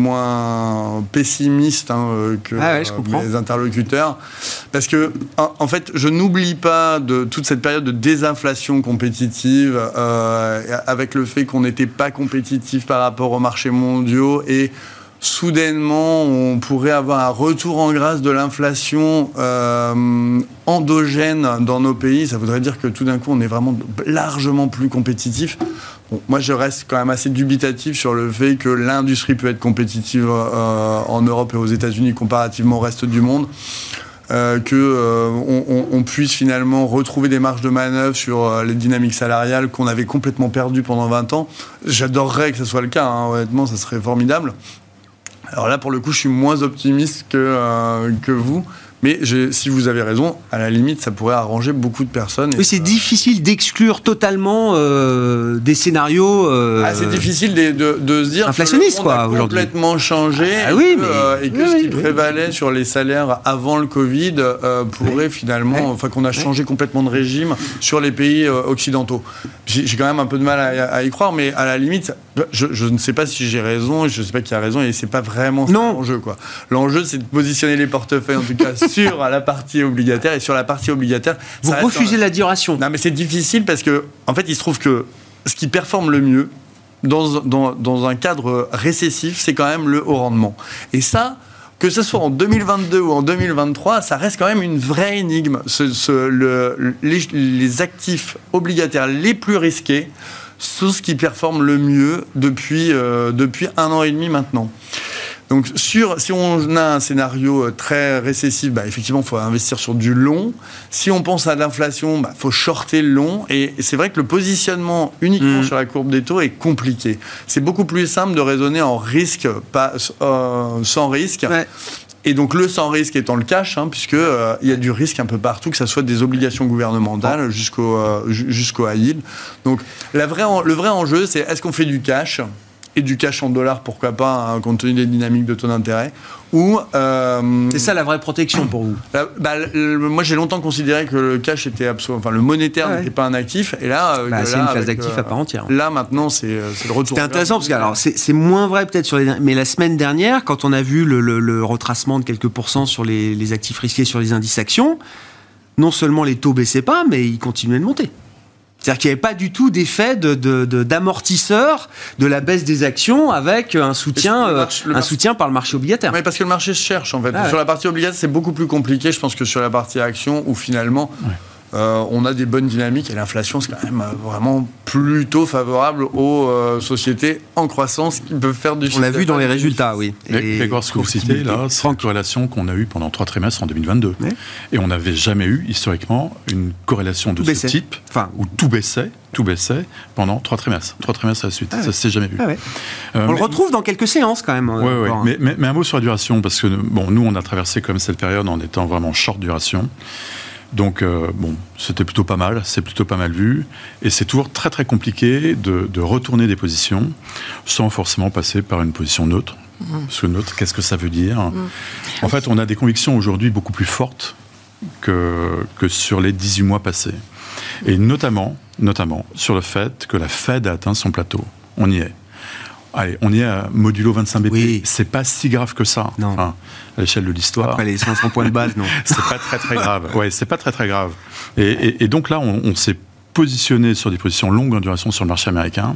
moins pessimiste hein, que
ah ouais, je comprends.
mes interlocuteurs, parce que, en, en fait, je n'oublie pas de toute cette période de désinflation compétitive, euh, avec le fait qu'on n'était pas compétitif par rapport aux marchés mondiaux, et soudainement, on pourrait avoir un retour en grâce de l'inflation euh, endogène dans nos pays. Ça voudrait dire que tout d'un coup, on est vraiment largement plus compétitif. Bon, moi, je reste quand même assez dubitatif sur le fait que l'industrie peut être compétitive euh, en Europe et aux États-Unis comparativement au reste du monde. Euh, qu'on euh, on, on puisse finalement retrouver des marges de manœuvre sur euh, les dynamiques salariales qu'on avait complètement perdues pendant vingt ans. J'adorerais que ce soit le cas, hein, honnêtement, ça serait formidable. Alors là, pour le coup, je suis moins optimiste que, euh, que vous. Mais je, si vous avez raison, à la limite, ça pourrait arranger beaucoup de personnes.
Oui, c'est
ça...
difficile d'exclure totalement euh, des scénarios... Euh,
ah, c'est difficile de, de, de se dire
inflationniste,
que le monde
quoi,
a
aujourd'hui.
complètement changé
ah,
et
oui,
que,
mais...
euh, et que
oui,
ce qui
oui,
prévalait
oui.
sur les salaires avant le Covid euh, pourrait oui. finalement... Oui. Enfin, qu'on a changé oui. complètement de régime sur les pays euh, occidentaux. J'ai, j'ai quand même un peu de mal à, à y croire, mais à la limite, je, je ne sais pas si j'ai raison, je ne sais pas qui a raison, et c'est pas vraiment ça l'enjeu, quoi. L'enjeu, c'est de positionner les portefeuilles, en tout cas, sur la partie obligataire, et sur la partie obligataire...
Vous refusez un... la duration.
Non, mais c'est difficile parce que, en fait, il se trouve que ce qui performe le mieux dans, dans, dans un cadre récessif, c'est quand même le haut rendement. Et ça, que ce soit en deux mille vingt-deux ou en deux mille vingt-trois, ça reste quand même une vraie énigme. Ce, ce, le, les, les actifs obligataires les plus risqués sont ce qui performe le mieux depuis, euh, depuis un an et demi maintenant. Donc, sur, si on a un scénario très récessif, bah, effectivement, il faut investir sur du long. Si on pense à de l'inflation, il bah, faut shorter le long. Et c'est vrai que le positionnement uniquement mmh. sur la courbe des taux est compliqué. C'est beaucoup plus simple de raisonner en risque, pas, euh, sans risque. Ouais. Et donc, le sans risque étant le cash, hein, puisqu'il euh, y a du risque un peu partout, que ce soit des obligations gouvernementales jusqu'au, euh, jusqu'au high yield. Donc, la vraie, le vrai enjeu, c'est est-ce qu'on fait du cash ? Et du cash en dollars, pourquoi pas, hein, compte tenu des dynamiques de taux d'intérêt. Ou, euh,
c'est ça la vraie protection pour vous.
Là, bah, le, moi, j'ai longtemps considéré que le cash était absolument, enfin le monétaire ouais. n'était pas un actif. Et là,
bah,
là
c'est une classe d'actifs euh, à part entière.
Là, maintenant, c'est, c'est le retour.
C'était intéressant parce que alors c'est, c'est moins vrai peut-être sur les, mais la semaine dernière, quand on a vu le, le, le retracement de quelques pourcents sur les, les actifs risqués sur les indices actions, non seulement les taux baissaient pas, mais ils continuaient de monter. C'est-à-dire qu'il n'y avait pas du tout d'effet de, de, de, d'amortisseur de la baisse des actions avec un soutien, euh, marché, un marché... soutien par le marché obligataire.
Oui, parce que le marché se cherche en fait. Ah, sur ouais. la partie obligataire, c'est beaucoup plus compliqué, je pense, que sur la partie action où finalement ouais. euh, on a des bonnes dynamiques et l'inflation, c'est quand même vraiment plutôt favorable aux euh, sociétés en croissance qui peuvent faire du...
On l'a vu dans les résultats, oui.
Et Grégoire, ce que vous citez là, c'est une corrélation qu'on a eue pendant trois trimestres en deux mille vingt-deux. Oui. Et on n'avait jamais eu, historiquement, une corrélation de tout ce baissait. type, enfin, où tout baissait, tout baissait pendant trois trimestres. Trois trimestres à la suite. Ah ouais. Ça ne s'est jamais vu.
Ah ouais. euh, on mais, le retrouve dans quelques séances, quand même.
Oui, oui. Mais, mais, mais un mot sur la duration, parce que bon, nous, on a traversé comme cette période en étant vraiment short duration. Donc, euh, bon, c'était plutôt pas mal, c'est plutôt pas mal vu. Et c'est toujours très, très compliqué de, de retourner des positions sans forcément passer par une position neutre. Mmh. Parce que neutre, qu'est-ce que ça veut dire ? mmh. En fait, on a des convictions aujourd'hui beaucoup plus fortes que, que sur les dix-huit mois passés. Et notamment, notamment sur le fait que la Fed a atteint son plateau. On y est. Allez, on y est à modulo vingt-cinq B P. Oui. C'est pas si grave que ça,
non.
Enfin, à l'échelle de l'histoire.
Après les cinq cents points de base, non.
C'est pas très très grave. Ouais, c'est pas très très grave. Et, et, et donc là, on, on s'est positionné sur des positions longues en duration sur le marché américain.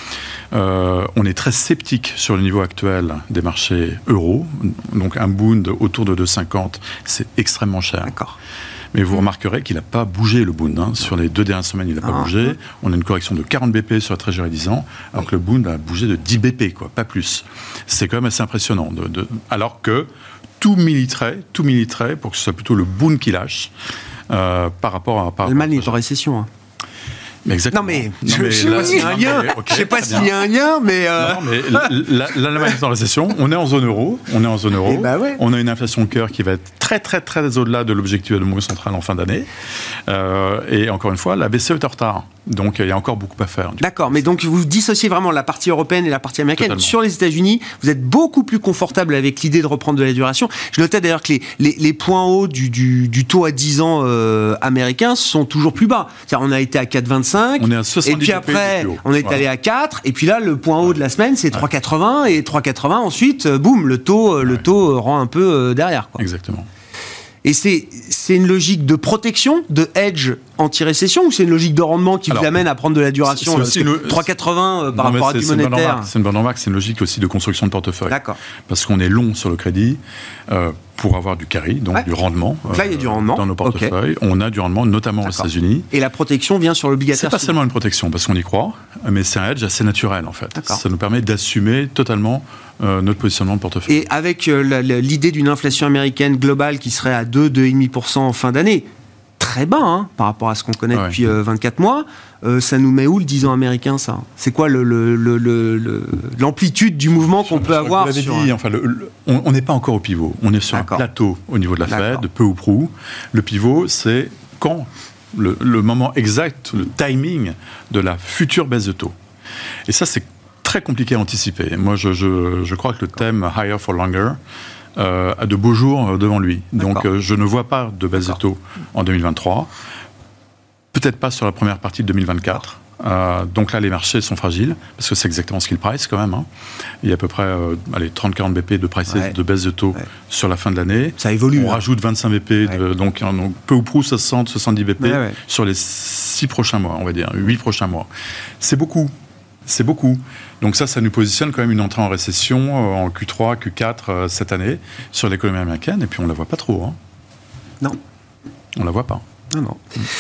Euh, on est très sceptique sur le niveau actuel des marchés euros. Donc un Bund autour de deux virgule cinquante, c'est extrêmement cher.
D'accord.
Mais vous remarquerez qu'il n'a pas bougé, le Bund. Hein. Sur les deux dernières semaines, il n'a pas ah, bougé. Ah. On a une correction de quarante B P sur la Treasury dix ans, alors oui. que le Bund a bougé de dix B P, quoi, pas plus. C'est quand même assez impressionnant. De, de, alors que tout militerait, tout militerait pour que ce soit plutôt le Bund qui lâche euh, par rapport à... Par
L'Allemagne est en récession. Hein.
Mais exactement.
Non mais, non, mais je ne sais pas s'il y a un lien. Okay, je sais pas s'il y a un lien, mais... Euh...
Non, mais l'Allemagne est en récession, on est en zone euro, on est en zone euro,
bah ouais.
on a une inflation cœur qui va être très très très au-delà de l'objectif de la Banque centrale en fin d'année. Euh, et encore une fois, la B C E est en retard. Donc il y a encore beaucoup à faire.
D'accord, mais donc vous dissociez vraiment la partie européenne et la partie américaine.
Totalement.
Sur les États-Unis, vous êtes beaucoup plus confortable avec l'idée de reprendre de la duration. Je notais d'ailleurs que les, les, les points hauts du, du, du taux à dix ans euh, américain sont toujours plus bas. C'est-à-dire on a été à quatre virgule vingt-cinq,
on est à soixante-dix
et puis après on est voilà. allé à quatre, et puis là le point haut de la semaine c'est ouais. trois virgule quatre-vingts, et trois virgule quatre-vingts ensuite, boum, le taux, ouais. le taux rend un peu derrière, quoi.
Exactement.
Et c'est, c'est une logique de protection, de hedge anti-récession, ou c'est une logique de rendement qui Alors, vous amène à prendre de la duration
c'est, c'est
le, trois virgule quatre-vingts euh, par
non,
rapport à du monétaire?
C'est une bonne remarque, c'est une logique aussi de construction de portefeuille.
D'accord.
Parce qu'on est long sur le crédit euh, pour avoir du carry, donc ouais. du rendement.
Donc là, il y a du rendement.
Dans nos portefeuilles. Okay. On a du rendement, notamment D'accord. aux États-Unis.
Et la protection vient sur l'obligataire?
C'est pas seulement une protection, parce qu'on y croit, mais c'est un hedge assez naturel, en fait. D'accord. Ça nous permet d'assumer totalement Euh, notre positionnement de portefeuille.
Et avec euh, la, la, l'idée d'une inflation américaine globale qui serait à deux à deux virgule cinq pour cent en fin d'année, très bas hein, par rapport à ce qu'on connaît ouais. depuis euh, vingt-quatre mois, euh, ça nous met où le dix ans américain, ça? C'est quoi le, le, le, le, le, l'amplitude du mouvement qu'on
je,
peut
je
avoir
vous
sur...
dit, enfin, le, le, On n'est pas encore au pivot, on est sur D'accord. un plateau au niveau de la D'accord. Fed, peu ou prou. Le pivot, c'est quand le, le moment exact, le timing de la future baisse de taux. Et ça, c'est très compliqué à anticiper. Moi, je, je, je crois que le thème « higher for longer » euh, a de beaux jours devant lui. D'accord. Donc, euh, je ne vois pas de baisse D'accord. de taux en deux mille vingt-trois. Peut-être pas sur la première partie de deux mille vingt-quatre. Euh, donc là, les marchés sont fragiles, parce que c'est exactement ce qu'ils price quand même. Hein. Il y a à peu près euh, allez, trente à quarante B P de, price, ouais. de baisse de taux ouais. sur la fin de l'année.
Ça évolue.
On
hein.
rajoute vingt-cinq B P,
ouais.
de, donc, donc peu ou prou soixante à soixante-dix B P
ouais, ouais.
sur les six prochains mois, on va dire, huit prochains mois. C'est beaucoup. C'est beaucoup. Donc ça, ça nous positionne quand même une entrée en récession en Q trois, Q quatre euh, cette année sur l'économie américaine. Et puis on la voit pas trop. Hein.
Non.
On la voit pas.
Non, non.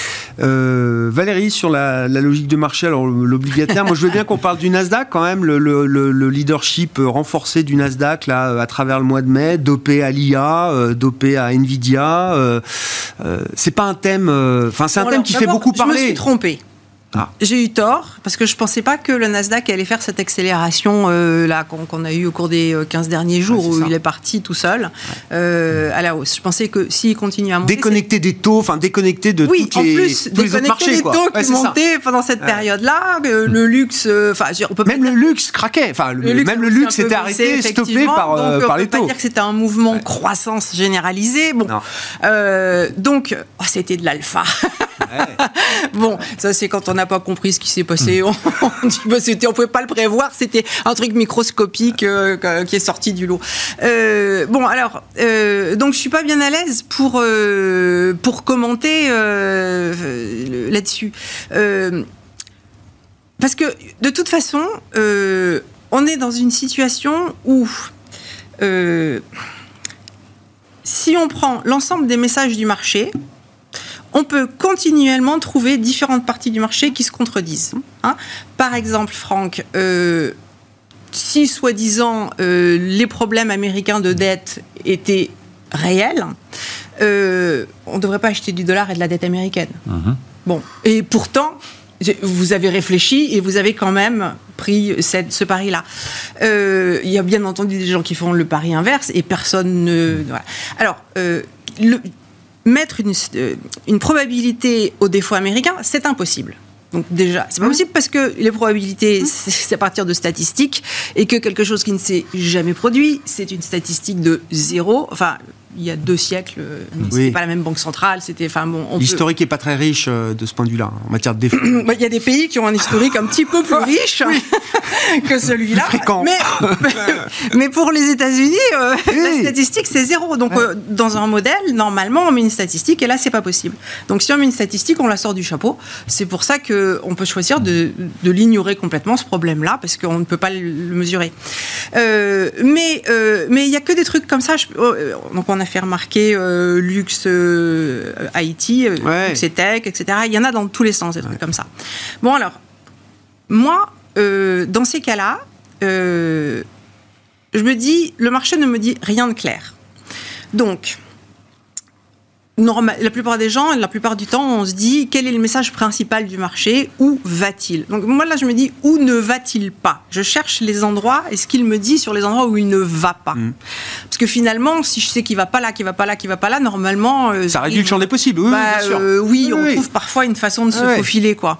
Euh, Valérie, sur la, la logique de marché, alors l'obligataire, moi je veux bien qu'on parle du Nasdaq quand même, le, le, le leadership renforcé du Nasdaq là, à travers le mois de mai, dopé à l'I A, euh, dopé à Nvidia. Euh, euh, c'est pas un thème, enfin euh, c'est un bon, thème alors, qui fait beaucoup parler.
Je me suis trompée. Ah. J'ai eu tort, parce que je ne pensais pas que le Nasdaq allait faire cette accélération euh, là, qu'on, qu'on a eue au cours des quinze derniers jours, ouais, où ça. Il est parti tout seul, ouais. euh, à la hausse. Je pensais que s'il continue à monter...
Déconnecté c'est... des taux, enfin déconnecté de
oui,
toutes les,
plus,
tous les autres marchés. Oui, en plus,
déconnecté des taux qui montaient pendant cette ouais. période-là, le, le luxe... Enfin, on peut
même le luxe craquait, enfin, le, le même le luxe était arrêté, stoppé par, euh,
donc,
par les taux.
On ne peut pas dire que c'était un mouvement ouais. croissance généralisée. Bon, euh, donc, oh, c'était de l'alpha. Ouais. Bon, ça c'est quand on n'a pas compris ce qui s'est passé. Mmh. On, on dit bah, c'était, on pouvait pas le prévoir. C'était un truc microscopique euh, qui est sorti du lot. Euh, bon, alors, euh, donc je suis pas bien à l'aise pour euh, pour commenter euh, là-dessus, euh, parce que de toute façon, euh, on est dans une situation où euh, si on prend l'ensemble des messages du marché, on peut continuellement trouver différentes parties du marché qui se contredisent. Hein. Par exemple, Franck, euh, si soi-disant euh, les problèmes américains de dette étaient réels, euh, on ne devrait pas acheter du dollar et de la dette américaine. Mmh. Bon, et pourtant, vous avez réfléchi et vous avez quand même pris cette, ce pari-là. Euh, il y a bien entendu des gens qui font le pari inverse et personne ne... Voilà. Alors, euh, le... mettre une, euh, une probabilité au défaut américain, c'est impossible. Donc déjà, c'est pas possible parce que les probabilités, c'est à partir de statistiques et que quelque chose qui ne s'est jamais produit, c'est une statistique de zéro. Enfin, il y a deux siècles, oui. C'était pas la même banque centrale. C'était, enfin bon, on
l'historique
peut...
est pas très riche euh, de ce point de vue-là en matière de défaut.
Il y a des pays qui ont un historique un petit peu plus riche que celui-là.
Fréquent.
Mais, mais pour les États-Unis, euh, oui. la statistique c'est zéro. Donc ouais. euh, dans un modèle, normalement, on met une statistique et là, c'est pas possible. Donc si on met une statistique, on la sort du chapeau. C'est pour ça que on peut choisir de, de l'ignorer complètement ce problème-là parce qu'on ne peut pas le, le mesurer. Euh, mais euh, mais il y a que des trucs comme ça. Je, euh, donc on a fait remarquer euh, luxe, euh, I T, euh, ouais. luxe et tech, et cetera. Il y en a dans tous les sens, des trucs ouais. comme ça. Bon alors, moi, euh, dans ces cas-là, euh, je me dis, le marché ne me dit rien de clair. Donc, normal, la plupart des gens, la plupart du temps, on se dit quel est le message principal du marché, où va-t-il? Donc moi là je me dis où ne va-t-il pas? Je cherche les endroits et ce qu'il me dit sur les endroits où il ne va pas. Mmh. Parce que finalement, si je sais qu'il va pas là, qu'il va pas là, qu'il va pas là, normalement euh,
ça réduit il... le champ des possibles. Oui,
bah,
bien sûr.
Euh, oui,
oui,
on
oui.
trouve parfois une façon de se
oui.
faufiler quoi.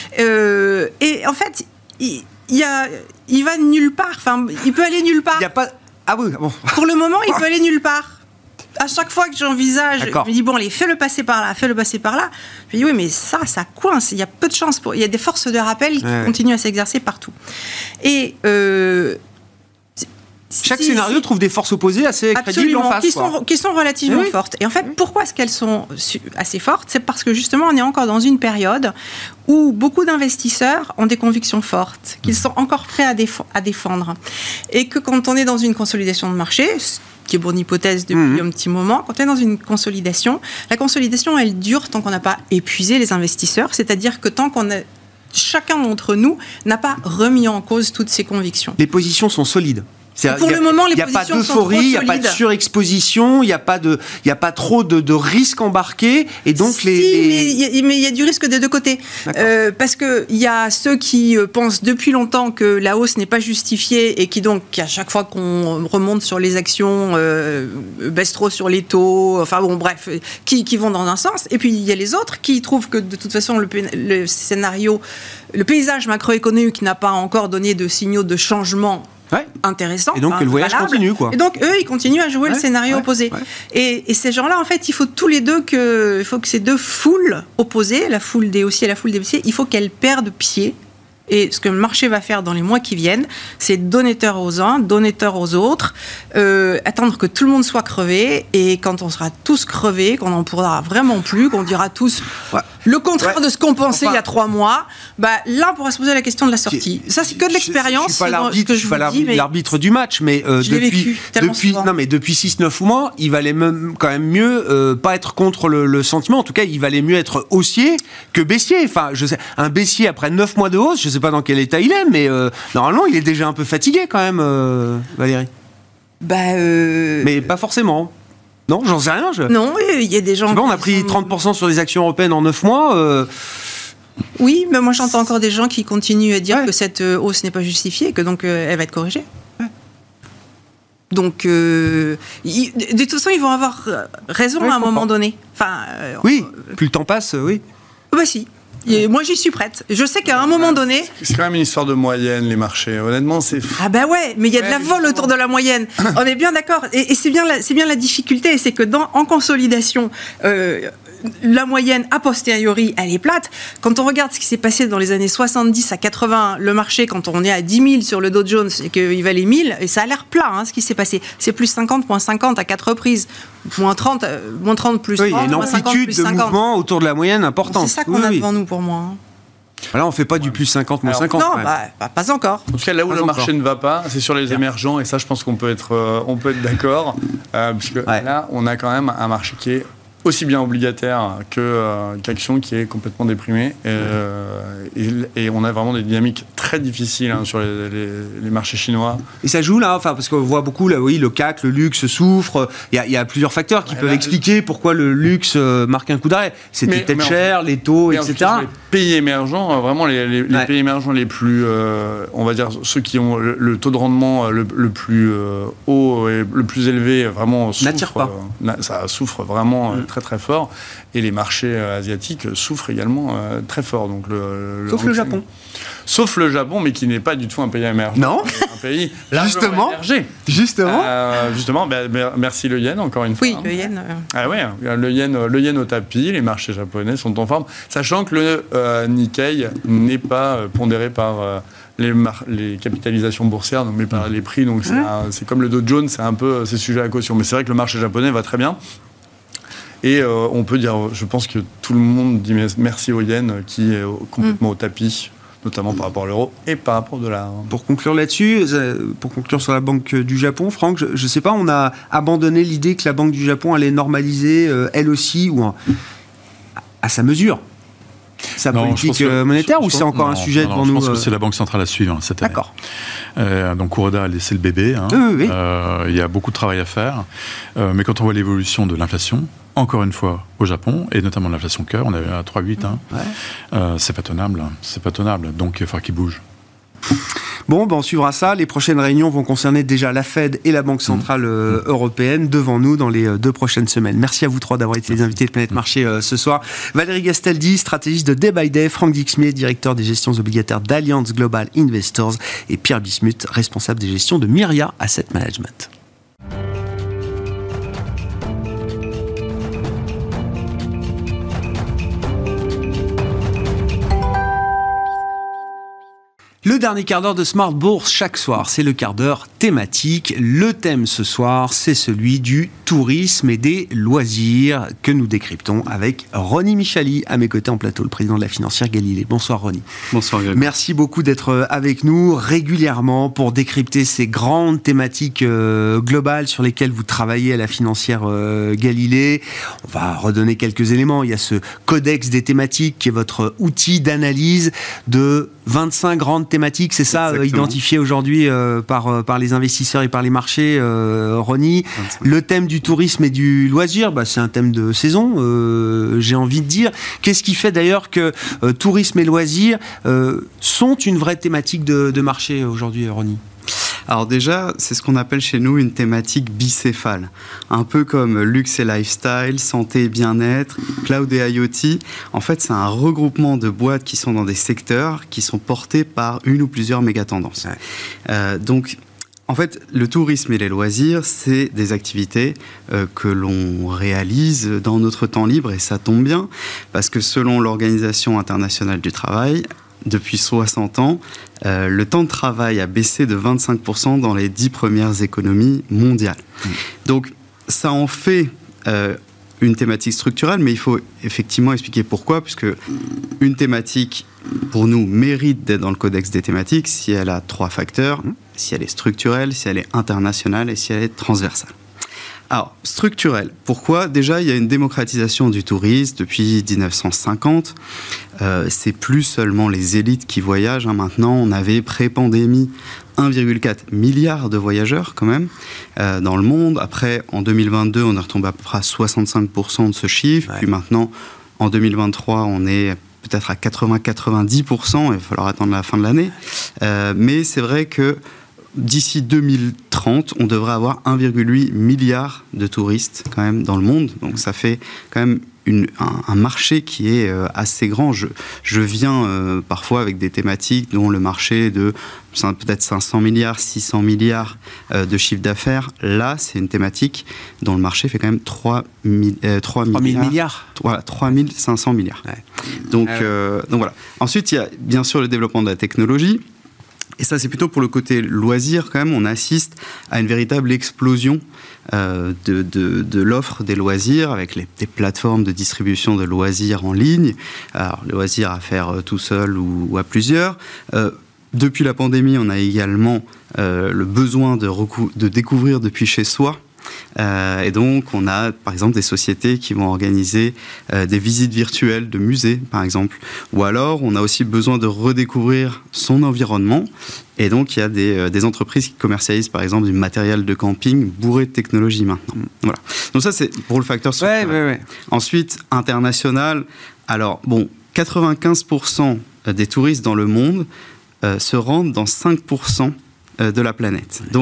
Euh, et en fait, il, il y a, il va nulle part. Enfin, il peut aller nulle part.
Il y a pas. Ah oui. Bon.
Pour le moment, il peut aller nulle part. À chaque fois que j'envisage, D'accord. je me dis, bon, allez, fais-le passer par là, fais-le passer par là. Je me dis, oui, mais ça, ça coince. Il y a peu de chance. Pour... Il y a des forces de rappel qui ouais. continuent à s'exercer partout. Et... Euh...
Chaque si, scénario si... trouve des forces opposées assez crédibles en face.
Qui sont, qui sont relativement oui. fortes. Et en fait,
oui.
pourquoi est-ce qu'elles sont assez fortes? C'est parce que justement, on est encore dans une période où beaucoup d'investisseurs ont des convictions fortes, qu'ils sont encore prêts à, déf- à défendre. Et que quand on est dans une consolidation de marché, qui est bonne hypothèse depuis mmh. un petit moment, quand on est dans une consolidation, la consolidation, elle dure tant qu'on n'a pas épuisé les investisseurs, c'est-à-dire que tant qu'on a... Chacun d'entre nous n'a pas remis en cause toutes ses convictions.
Les positions sont solides.
C'est pour a, le moment, les positions sont trop solides.
Il n'y a pas d'euphorie, il n'y a pas de surexposition, il n'y a pas de, il n'y a pas trop de, de risques embarqués, et donc
si,
les.
mais il y a du risque des deux côtés, euh, parce que il y a ceux qui pensent depuis longtemps que la hausse n'est pas justifiée et qui donc à chaque fois qu'on remonte sur les actions euh, baissent trop sur les taux, enfin bon bref, qui, qui vont dans un sens, et puis il y a les autres qui trouvent que de toute façon le, le scénario, le paysage macroéconomique n'a pas encore donné de signaux de changement. Ouais. Intéressant.
Et donc
hein,
le voyage
valable.
continue, quoi.
Et donc eux, ils continuent à jouer ouais, le scénario ouais, opposé. Ouais. Et, et ces gens-là, en fait, il faut tous les deux que, il faut que ces deux foules opposées, la foule des haussiers et la foule des baissiers, il faut qu'elles perdent pied. Et ce que le marché va faire dans les mois qui viennent, c'est donner tort aux uns, donner tort aux autres, euh, attendre que tout le monde soit crevé. Et quand on sera tous crevés, qu'on n'en pourra vraiment plus, qu'on dira tous ouais. le contraire ouais. de ce qu'on pensait enfin, il y a trois mois, bah, là, on pourra se poser la question de la sortie. Ça, c'est que de l'expérience.
Je ne suis pas l'arbitre, je suis pas l'arbitre, dis, l'arbitre du match, mais euh, depuis, depuis, non, mais depuis six neuf mois, il valait même, quand même mieux euh, pas être contre le, le sentiment. En tout cas, il valait mieux être haussier que baissier. Enfin, je sais, un baissier après neuf mois de hausse, je sais pas dans quel état il est, mais euh, normalement, il est déjà un peu fatigué quand même, euh, Valérie.
Bah, euh...
Mais pas forcément. Non, j'en sais rien. Je...
Non, il y a des gens.
Je sais pas, on a pris sont... trente pour cent sur les actions européennes en neuf mois. Euh...
Oui, mais moi j'entends encore des gens qui continuent à dire ouais. que cette hausse n'est pas justifiée et que donc euh, elle va être corrigée. Ouais. Donc, euh, ils, de toute façon, ils vont avoir raison ouais, à un moment donné. Enfin, euh,
oui, on... plus le temps passe, euh, oui.
Bah si. Et moi, j'y suis prête. Je sais qu'à un moment donné...
C'est quand même une histoire de moyenne, les marchés. Honnêtement, c'est...
Ah ben ouais, mais il y a ouais, de la vol autour de la moyenne. On est bien d'accord. Et, et c'est, bien la, c'est bien la difficulté, c'est que dans, en consolidation... Euh, la moyenne a posteriori, elle est plate. Quand on regarde ce qui s'est passé dans les années soixante-dix à quatre-vingts, le marché, quand on est à dix mille sur le Dow Jones et qu'il valait mille, et ça a l'air plat, hein, ce qui s'est passé. C'est plus cinquante, moins cinquante à quatre reprises. Moins trente, moins trente plus
oui,
trente,
il y a une amplitude de mouvement autour de la moyenne importante.
C'est ça qu'on
oui,
a
oui.
devant nous pour moi. Hein.
Là, on ne fait pas du plus cinquante, moins cinquante.
Non, bah, bah, pas encore.
En tout cas, là où pas le encore. marché ne va pas, c'est sur les Bien. émergents. Et ça, je pense qu'on peut être, euh, on peut être d'accord. Euh, parce que ouais. là, on a quand même un marché qui est aussi bien obligataire que, euh, qu'action, qui est complètement déprimé. Et, euh, et, et on a vraiment des dynamiques très difficiles hein, sur les, les, les marchés chinois.
Et ça joue là, enfin, parce qu'on voit beaucoup, là, oui, le C A C, le luxe souffre. Il y a, il y a plusieurs facteurs qui ouais, peuvent là, expliquer pourquoi le luxe euh, marque un coup d'arrêt. C'était peut-être cher, les taux, et cetera.
Les pays émergents, vraiment les, les, les ouais. pays émergents les plus, euh, on va dire, ceux qui ont le, le taux de rendement le, le plus euh, haut et le plus élevé, vraiment souffrent.
N'attire pas.
Euh, ça souffre vraiment. Mm. très très fort. Et les marchés asiatiques souffrent également euh, très fort. Donc le,
Sauf le Japon.
Sauf le Japon, mais qui n'est pas du tout un pays émergent.
Non.
Un pays
justement.
émergé.
Justement.
Euh, justement, bah, merci le yen, encore une fois.
Oui, le yen. Euh...
Ah ouais, le yen, le yen au tapis, les marchés japonais sont en forme, sachant que le euh, Nikkei n'est pas euh, pondéré par euh, les, mar- les capitalisations boursières, mais par les prix. Donc c'est, un, c'est comme le Dow Jones, c'est un peu c'est sujet à caution. Mais c'est vrai que le marché japonais va très bien. Et euh, on peut dire, je pense que tout le monde dit merci au yen qui est complètement mm. au tapis, notamment par rapport à l'euro et par rapport au dollar.
Pour conclure là-dessus, pour conclure sur la Banque du Japon, Franck, je ne sais pas, on a abandonné l'idée que la Banque du Japon allait normaliser, euh, elle aussi, ou en, à sa mesure, sa non, politique que, monétaire, je, ou je c'est encore non, un sujet
non,
devant
je
nous
Je pense que c'est la Banque centrale à suivre hein, cette année.
D'accord.
Euh, donc Kuroda a laissé le bébé. Hein.
Oui, oui, oui.
Euh, il y a beaucoup de travail à faire. Euh, mais quand on voit l'évolution de l'inflation, encore une fois au Japon, et notamment l'inflation cœur, on est à trois virgule huit, hein, ouais. euh, c'est pas tenable. C'est pas tenable. Donc il va falloir qu'il bouge.
Bon, ben on suivra ça. Les prochaines réunions vont concerner déjà la Fed et la Banque Centrale euh, Européenne devant nous dans les euh, deux prochaines semaines. Merci à vous trois d'avoir été les invités de Planète Marché euh, ce soir. Valérie Gastaldi, stratégiste de Day by Day, Franck Dixmier, directeur des gestions obligataires d'Allianz Global Investors, et Pierre Bismuth, responsable des gestions de Myria Asset Management. Le dernier quart d'heure de Smart Bourse chaque soir, c'est le quart d'heure thématique. Le thème ce soir, c'est celui du tourisme et des loisirs que nous décryptons avec Ronnie Michali, à mes côtés en plateau, le président de la financière Galilée. Bonsoir Ronnie.
Bonsoir Greg.
Merci beaucoup d'être avec nous régulièrement pour décrypter ces grandes thématiques euh, globales sur lesquelles vous travaillez à la financière euh, Galilée. On va redonner quelques éléments. Il y a ce codex des thématiques qui est votre outil d'analyse de vingt-cinq grandes thématiques, c'est ça, euh, identifié aujourd'hui euh, par, euh, par les investisseurs et par les marchés, euh, Ronnie. vingt-cinq. Le thème du tourisme et du loisir, bah, c'est un thème de saison, euh, j'ai envie de dire. Qu'est-ce qui fait d'ailleurs que euh, tourisme et loisirs euh, sont une vraie thématique de, de marché aujourd'hui, Ronnie ?
Alors déjà, c'est ce qu'on appelle chez nous une thématique bicéphale. Un peu comme luxe et lifestyle, santé et bien-être, cloud et IoT. En fait, c'est un regroupement de boîtes qui sont dans des secteurs qui sont portés par une ou plusieurs méga-tendances. Ouais. Euh, donc, en fait, le tourisme et les loisirs, c'est des activités euh, que l'on réalise dans notre temps libre, et ça tombe bien, parce que selon l'Organisation internationale du travail, depuis soixante ans, euh, le temps de travail a baissé de vingt-cinq pour cent dans les dix premières économies mondiales. Mmh. Donc, ça en fait euh, une thématique structurelle, mais il faut effectivement expliquer pourquoi, puisque une thématique, pour nous, mérite d'être dans le codex des thématiques si elle a trois facteurs, mmh. si elle est structurelle, si elle est internationale et si elle est transversale. Alors, structurel. Pourquoi ? Déjà, il y a une démocratisation du tourisme depuis dix-neuf cent cinquante. Euh, c'est plus seulement les élites qui voyagent. Hein. Maintenant, on avait pré-pandémie un virgule quatre milliard de voyageurs quand même euh, dans le monde. Après, en deux mille vingt-deux, on est retombé à peu près à soixante-cinq pour cent de ce chiffre. Ouais. Puis maintenant, en deux mille vingt-trois, on est peut-être à quatre-vingts à quatre-vingt-dix pour cent. Il va falloir attendre la fin de l'année. Euh, mais c'est vrai que d'ici deux mille trente, on devrait avoir un virgule huit milliard de touristes quand même dans le monde. Donc ça fait quand même une, un, un marché qui est euh, assez grand. Je, je viens euh, parfois avec des thématiques dont le marché de peut-être cinq cents milliards, six cents milliards euh, de chiffre d'affaires. Là, c'est une thématique dont le marché fait quand même trois mille
milliards.
Voilà, trois mille cinq cents milliards. Ouais. Donc, ah ouais. euh, donc voilà. Ensuite, il y a bien sûr le développement de la technologie. Et ça, c'est plutôt pour le côté loisir, quand même. On assiste à une véritable explosion euh, de, de, de l'offre des loisirs avec les, des plateformes de distribution de loisirs en ligne. Alors, les loisirs à faire euh, tout seul ou, ou à plusieurs. Euh, depuis la pandémie, on a également euh, le besoin de, recou- de découvrir depuis chez soi. Euh, et donc, on a par exemple des sociétés qui vont organiser euh, des visites virtuelles de musées, par exemple. Ou alors, on a aussi besoin de redécouvrir son environnement. Et donc, il y a des, euh, des entreprises qui commercialisent par exemple du matériel de camping bourré de technologie maintenant. Voilà. Donc ça, c'est pour le facteur structurel.
Ouais, ouais, ouais.
Ensuite, international. Alors, bon, quatre-vingt-quinze pour cent des touristes dans le monde euh, se rendent dans cinq pour cent de la planète. Donc,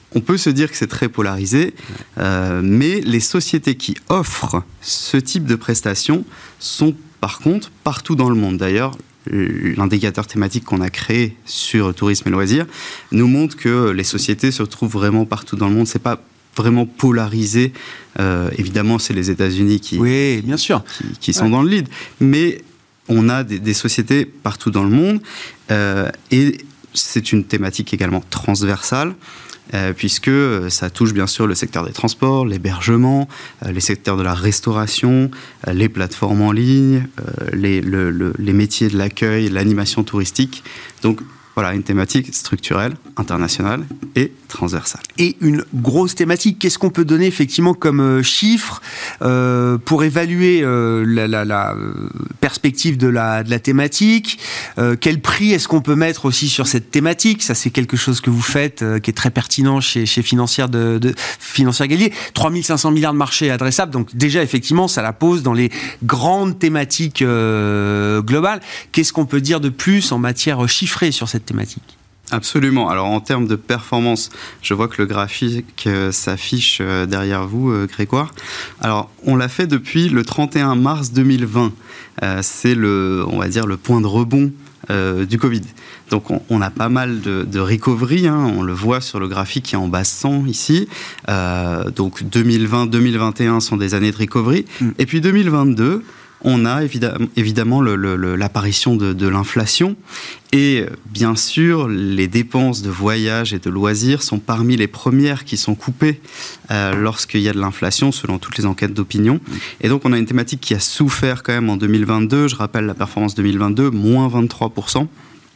on peut se dire que c'est très polarisé, euh, mais les sociétés qui offrent ce type de prestations sont par contre partout dans le monde. D'ailleurs, l'indicateur thématique qu'on a créé sur tourisme et loisirs nous montre que les sociétés se retrouvent vraiment partout dans le monde. C'est pas vraiment polarisé. Euh, évidemment, c'est les États-Unis qui,
oui, bien sûr.
qui, qui sont
ouais.
dans le lead, mais on a des, des sociétés partout dans le monde euh, et c'est une thématique également transversale. Euh, puisque ça touche bien sûr le secteur des transports, l'hébergement, euh, les secteurs de la restauration, euh, les plateformes en ligne, euh, les, le, le, les métiers de l'accueil, l'animation touristique. Donc voilà, une thématique structurelle, internationale et transversale.
Et une grosse thématique, qu'est-ce qu'on peut donner effectivement comme euh, chiffre euh, pour évaluer euh, la, la, la perspective de la, de la thématique euh, quel prix est-ce qu'on peut mettre aussi sur cette thématique? Ça, c'est quelque chose que vous faites, euh, qui est très pertinent chez, chez Financière, de, de, Financière Gallier. trois mille cinq cents milliards de marchés adressables, donc déjà, effectivement, ça la pose dans les grandes thématiques euh, globales. Qu'est-ce qu'on peut dire de plus en matière chiffrée sur cette thématique?
Absolument. Alors, en termes de performance, je vois que le graphique euh, s'affiche euh, derrière vous, euh, Grégoire. Alors, on l'a fait depuis le trente et un mars deux mille vingt. Euh, c'est le, on va dire, le point de rebond euh, du Covid. Donc, on, on a pas mal de, de recovery. Hein, on le voit sur le graphique qui est en bas cent ici. Euh, donc, deux mille vingt deux mille vingt et un sont des années de recovery. Mm. Et puis, deux mille vingt-deux... on a évidemment, évidemment le, le, l'apparition de, de l'inflation et bien sûr les dépenses de voyage et de loisirs sont parmi les premières qui sont coupées euh, lorsqu'il y a de l'inflation selon toutes les enquêtes d'opinion. Et donc on a une thématique qui a souffert quand même en deux mille vingt-deux, je rappelle la performance deux mille vingt-deux, moins vingt-trois pour cent.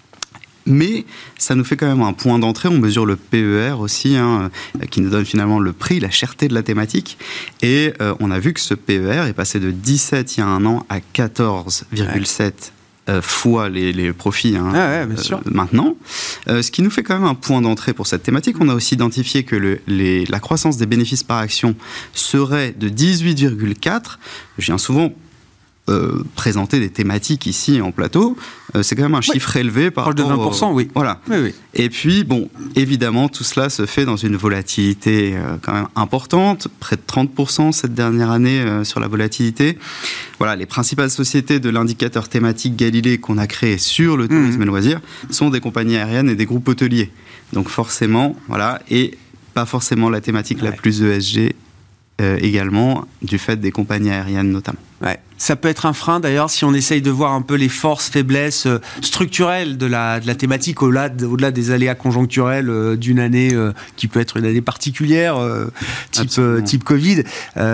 Mais ça nous fait quand même un point d'entrée. On mesure le P E R aussi, hein, qui nous donne finalement le prix, la cherté de la thématique. Et euh, on a vu que ce P E R est passé de dix-sept il y a un an à quatorze virgule sept ouais. euh, fois les, les profits hein,
ah ouais, bien sûr.
Euh, maintenant. Euh, ce qui nous fait quand même un point d'entrée pour cette thématique. On a aussi identifié que le, les, la croissance des bénéfices par action serait de dix-huit virgule quatre. Je viens souvent Euh, présenter des thématiques ici en plateau, euh, c'est quand même un oui. chiffre élevé par
rapport... Proche de vingt pour cent,
au...
oui.
Voilà.
Oui, oui.
Et puis, bon, évidemment, tout cela se fait dans une volatilité euh, quand même importante, près de trente pour cent cette dernière année euh, sur la volatilité. Voilà, les principales sociétés de l'indicateur thématique Galilée qu'on a créé sur le tourisme mmh. et loisirs sont des compagnies aériennes et des groupes hôteliers. Donc forcément, voilà, et pas forcément la thématique ouais. la plus E S G euh, également, du fait des compagnies aériennes notamment.
Ouais. Ça peut être un frein d'ailleurs si on essaye de voir un peu les forces, faiblesses euh, structurelles de la, de la thématique au-delà, de, au-delà des aléas conjoncturels euh, d'une année euh, qui peut être une année particulière, euh, type, euh, type Covid.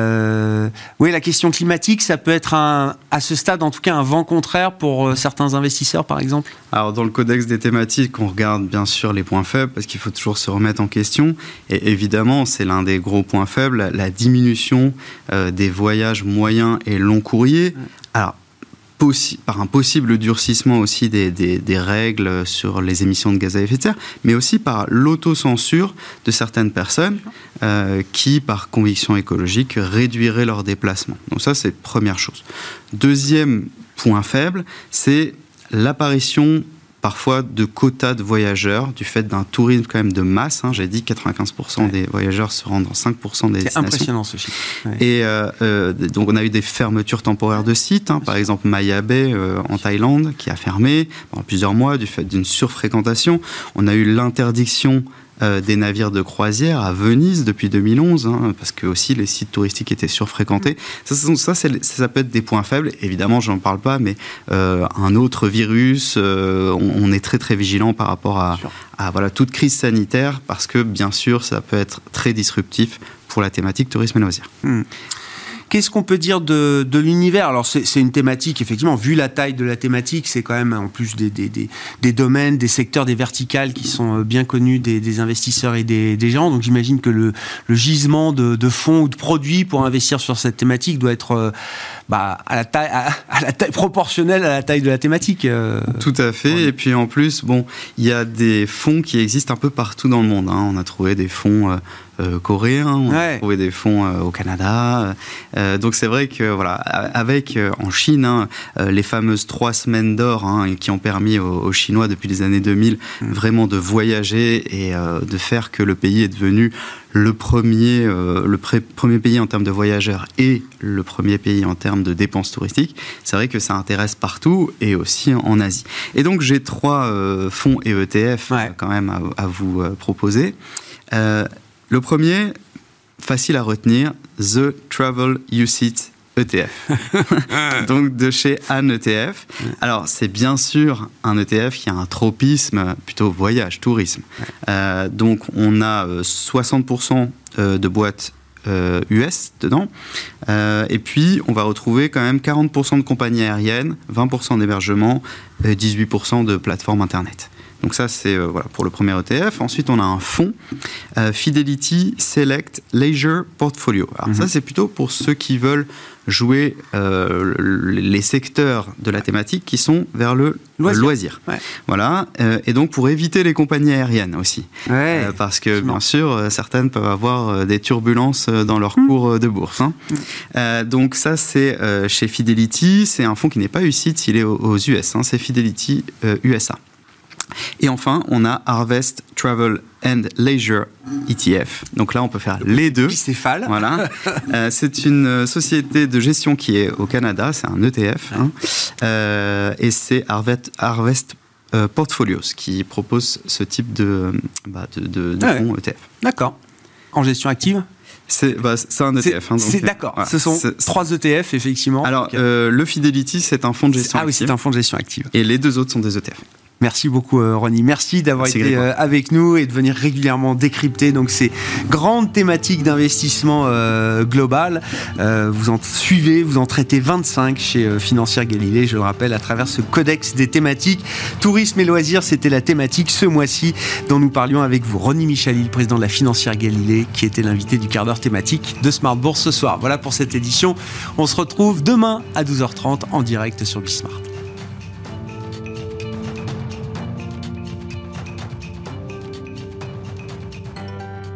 Euh, oui, la question climatique, ça peut être un, à ce stade en tout cas un vent contraire pour euh, certains investisseurs par exemple.
Alors dans le codex des thématiques, on regarde bien sûr les points faibles parce qu'il faut toujours se remettre en question. Et évidemment, c'est l'un des gros points faibles, la, la diminution euh, des voyages moyens et longs courriers. Alors, possi- par un possible durcissement aussi des, des, des règles sur les émissions de gaz à effet de serre, mais aussi par l'autocensure de certaines personnes euh, qui, par conviction écologique, réduiraient leurs déplacements. Donc ça, c'est première chose. Deuxième point faible, c'est l'apparition parfois de quotas de voyageurs, du fait d'un tourisme quand même de masse. Hein, j'ai dit quatre-vingt-quinze pour cent ouais. des voyageurs se rendent dans cinq pour cent des destinations.
C'est impressionnant ce chiffre. Ouais.
Et euh, euh, donc on a eu des fermetures temporaires de sites, hein, par exemple Maya Bay euh, en Thaïlande qui a fermé pendant plusieurs mois du fait d'une surfréquentation. On a eu l'interdiction Euh, des navires de croisière à Venise depuis deux mille onze, hein, parce que aussi les sites touristiques étaient surfréquentés. Ça, ça, c'est, ça peut être des points faibles. Évidemment, j'en parle pas, mais euh, un autre virus, euh, on, on est très très vigilant par rapport à, à voilà, toute crise sanitaire, parce que bien sûr, ça peut être très disruptif pour la thématique tourisme et loisirs.
Mmh. Qu'est-ce qu'on peut dire de, de l'univers ? Alors, c'est, c'est une thématique, effectivement, vu la taille de la thématique, c'est quand même en plus des, des, des, des domaines, des secteurs, des verticales qui sont bien connus des, des investisseurs et des, des gérants. Donc, j'imagine que le, le gisement de, de fonds ou de produits pour investir sur cette thématique doit être bah, à, la taille, à, à la taille proportionnelle à la taille de la thématique. Euh...
Tout à fait.
Ouais.
Et puis en plus, bon, il y a des fonds qui existent un peu partout dans le monde. Hein. On a trouvé des fonds euh, euh, coréens, on ouais. a trouvé des fonds euh, au Canada. Euh, donc c'est vrai que voilà, avec euh, en Chine hein, euh, les fameuses trois semaines d'or hein, qui ont permis aux, aux Chinois depuis les années deux mille mmh. vraiment de voyager et euh, de faire que le pays est devenu le premier, euh, le pré- premier pays en termes de voyageurs et le premier pays en termes de dépenses touristiques. C'est vrai que ça intéresse partout et aussi en Asie. Et donc j'ai trois euh, fonds et E T F ouais. quand même à, à vous euh, proposer. Euh, le premier, facile à retenir, The Travel U C I T E T F. Donc de chez Anne E T F. Alors c'est bien sûr un E T F qui a un tropisme plutôt voyage, tourisme. Euh, donc on a euh, soixante pour cent de boîtes euh, U S dedans. Euh, et puis on va retrouver quand même quarante pour cent de compagnies aériennes, vingt pour cent d'hébergement et dix-huit pour cent de plateformes internet. Donc ça, c'est euh, voilà, pour le premier E T F. Ensuite, on a un fonds, euh, Fidelity Select Leisure Portfolio. Alors mm-hmm. ça, c'est plutôt pour ceux qui veulent jouer euh, les secteurs de la thématique qui sont vers le loisir. loisir. Ouais. Voilà. Euh, et donc, pour éviter les compagnies aériennes aussi. Ouais. Euh, parce que, bien sûr, euh, certaines peuvent avoir euh, des turbulences dans leur mm. cours de bourse. Hein. Mm. Euh, donc ça, c'est euh, chez Fidelity. C'est un fonds qui n'est pas U C I T, il est aux, aux U S. Hein. C'est Fidelity euh, U S A. Et enfin, on a Harvest Travel and Leisure E T F. Donc là, on peut faire les deux.
Bicéphale.
Voilà. euh, c'est une société de gestion qui est au Canada. C'est un E T F. Hein. Euh, et c'est Harvest, Harvest euh, Portfolios qui propose ce type de, bah, de, de, de ah fonds ouais. E T F.
D'accord. En gestion active ?
C'est, bah, c'est un E T F.
C'est, hein, donc, c'est d'accord. Voilà. Ce sont c'est, trois E T F, effectivement.
Alors, euh, le Fidelity, c'est un fonds de gestion
ah,
active.
Ah oui, c'est un fonds de gestion active.
Et les deux autres sont des E T F.
Merci beaucoup euh, Ronnie, merci d'avoir merci été euh, avec nous et de venir régulièrement décrypter donc ces grandes thématiques d'investissement euh, global. Euh, vous en suivez, vous en traitez vingt-cinq chez euh, Financière Galilée, je le rappelle, à travers ce codex des thématiques. Tourisme et loisirs, c'était la thématique ce mois-ci dont nous parlions avec vous. Ronnie Michalil, président de la Financière Galilée, qui était l'invité du quart d'heure thématique de Smart Bourse ce soir. Voilà pour cette édition. On se retrouve demain à douze heures trente en direct sur Bismart.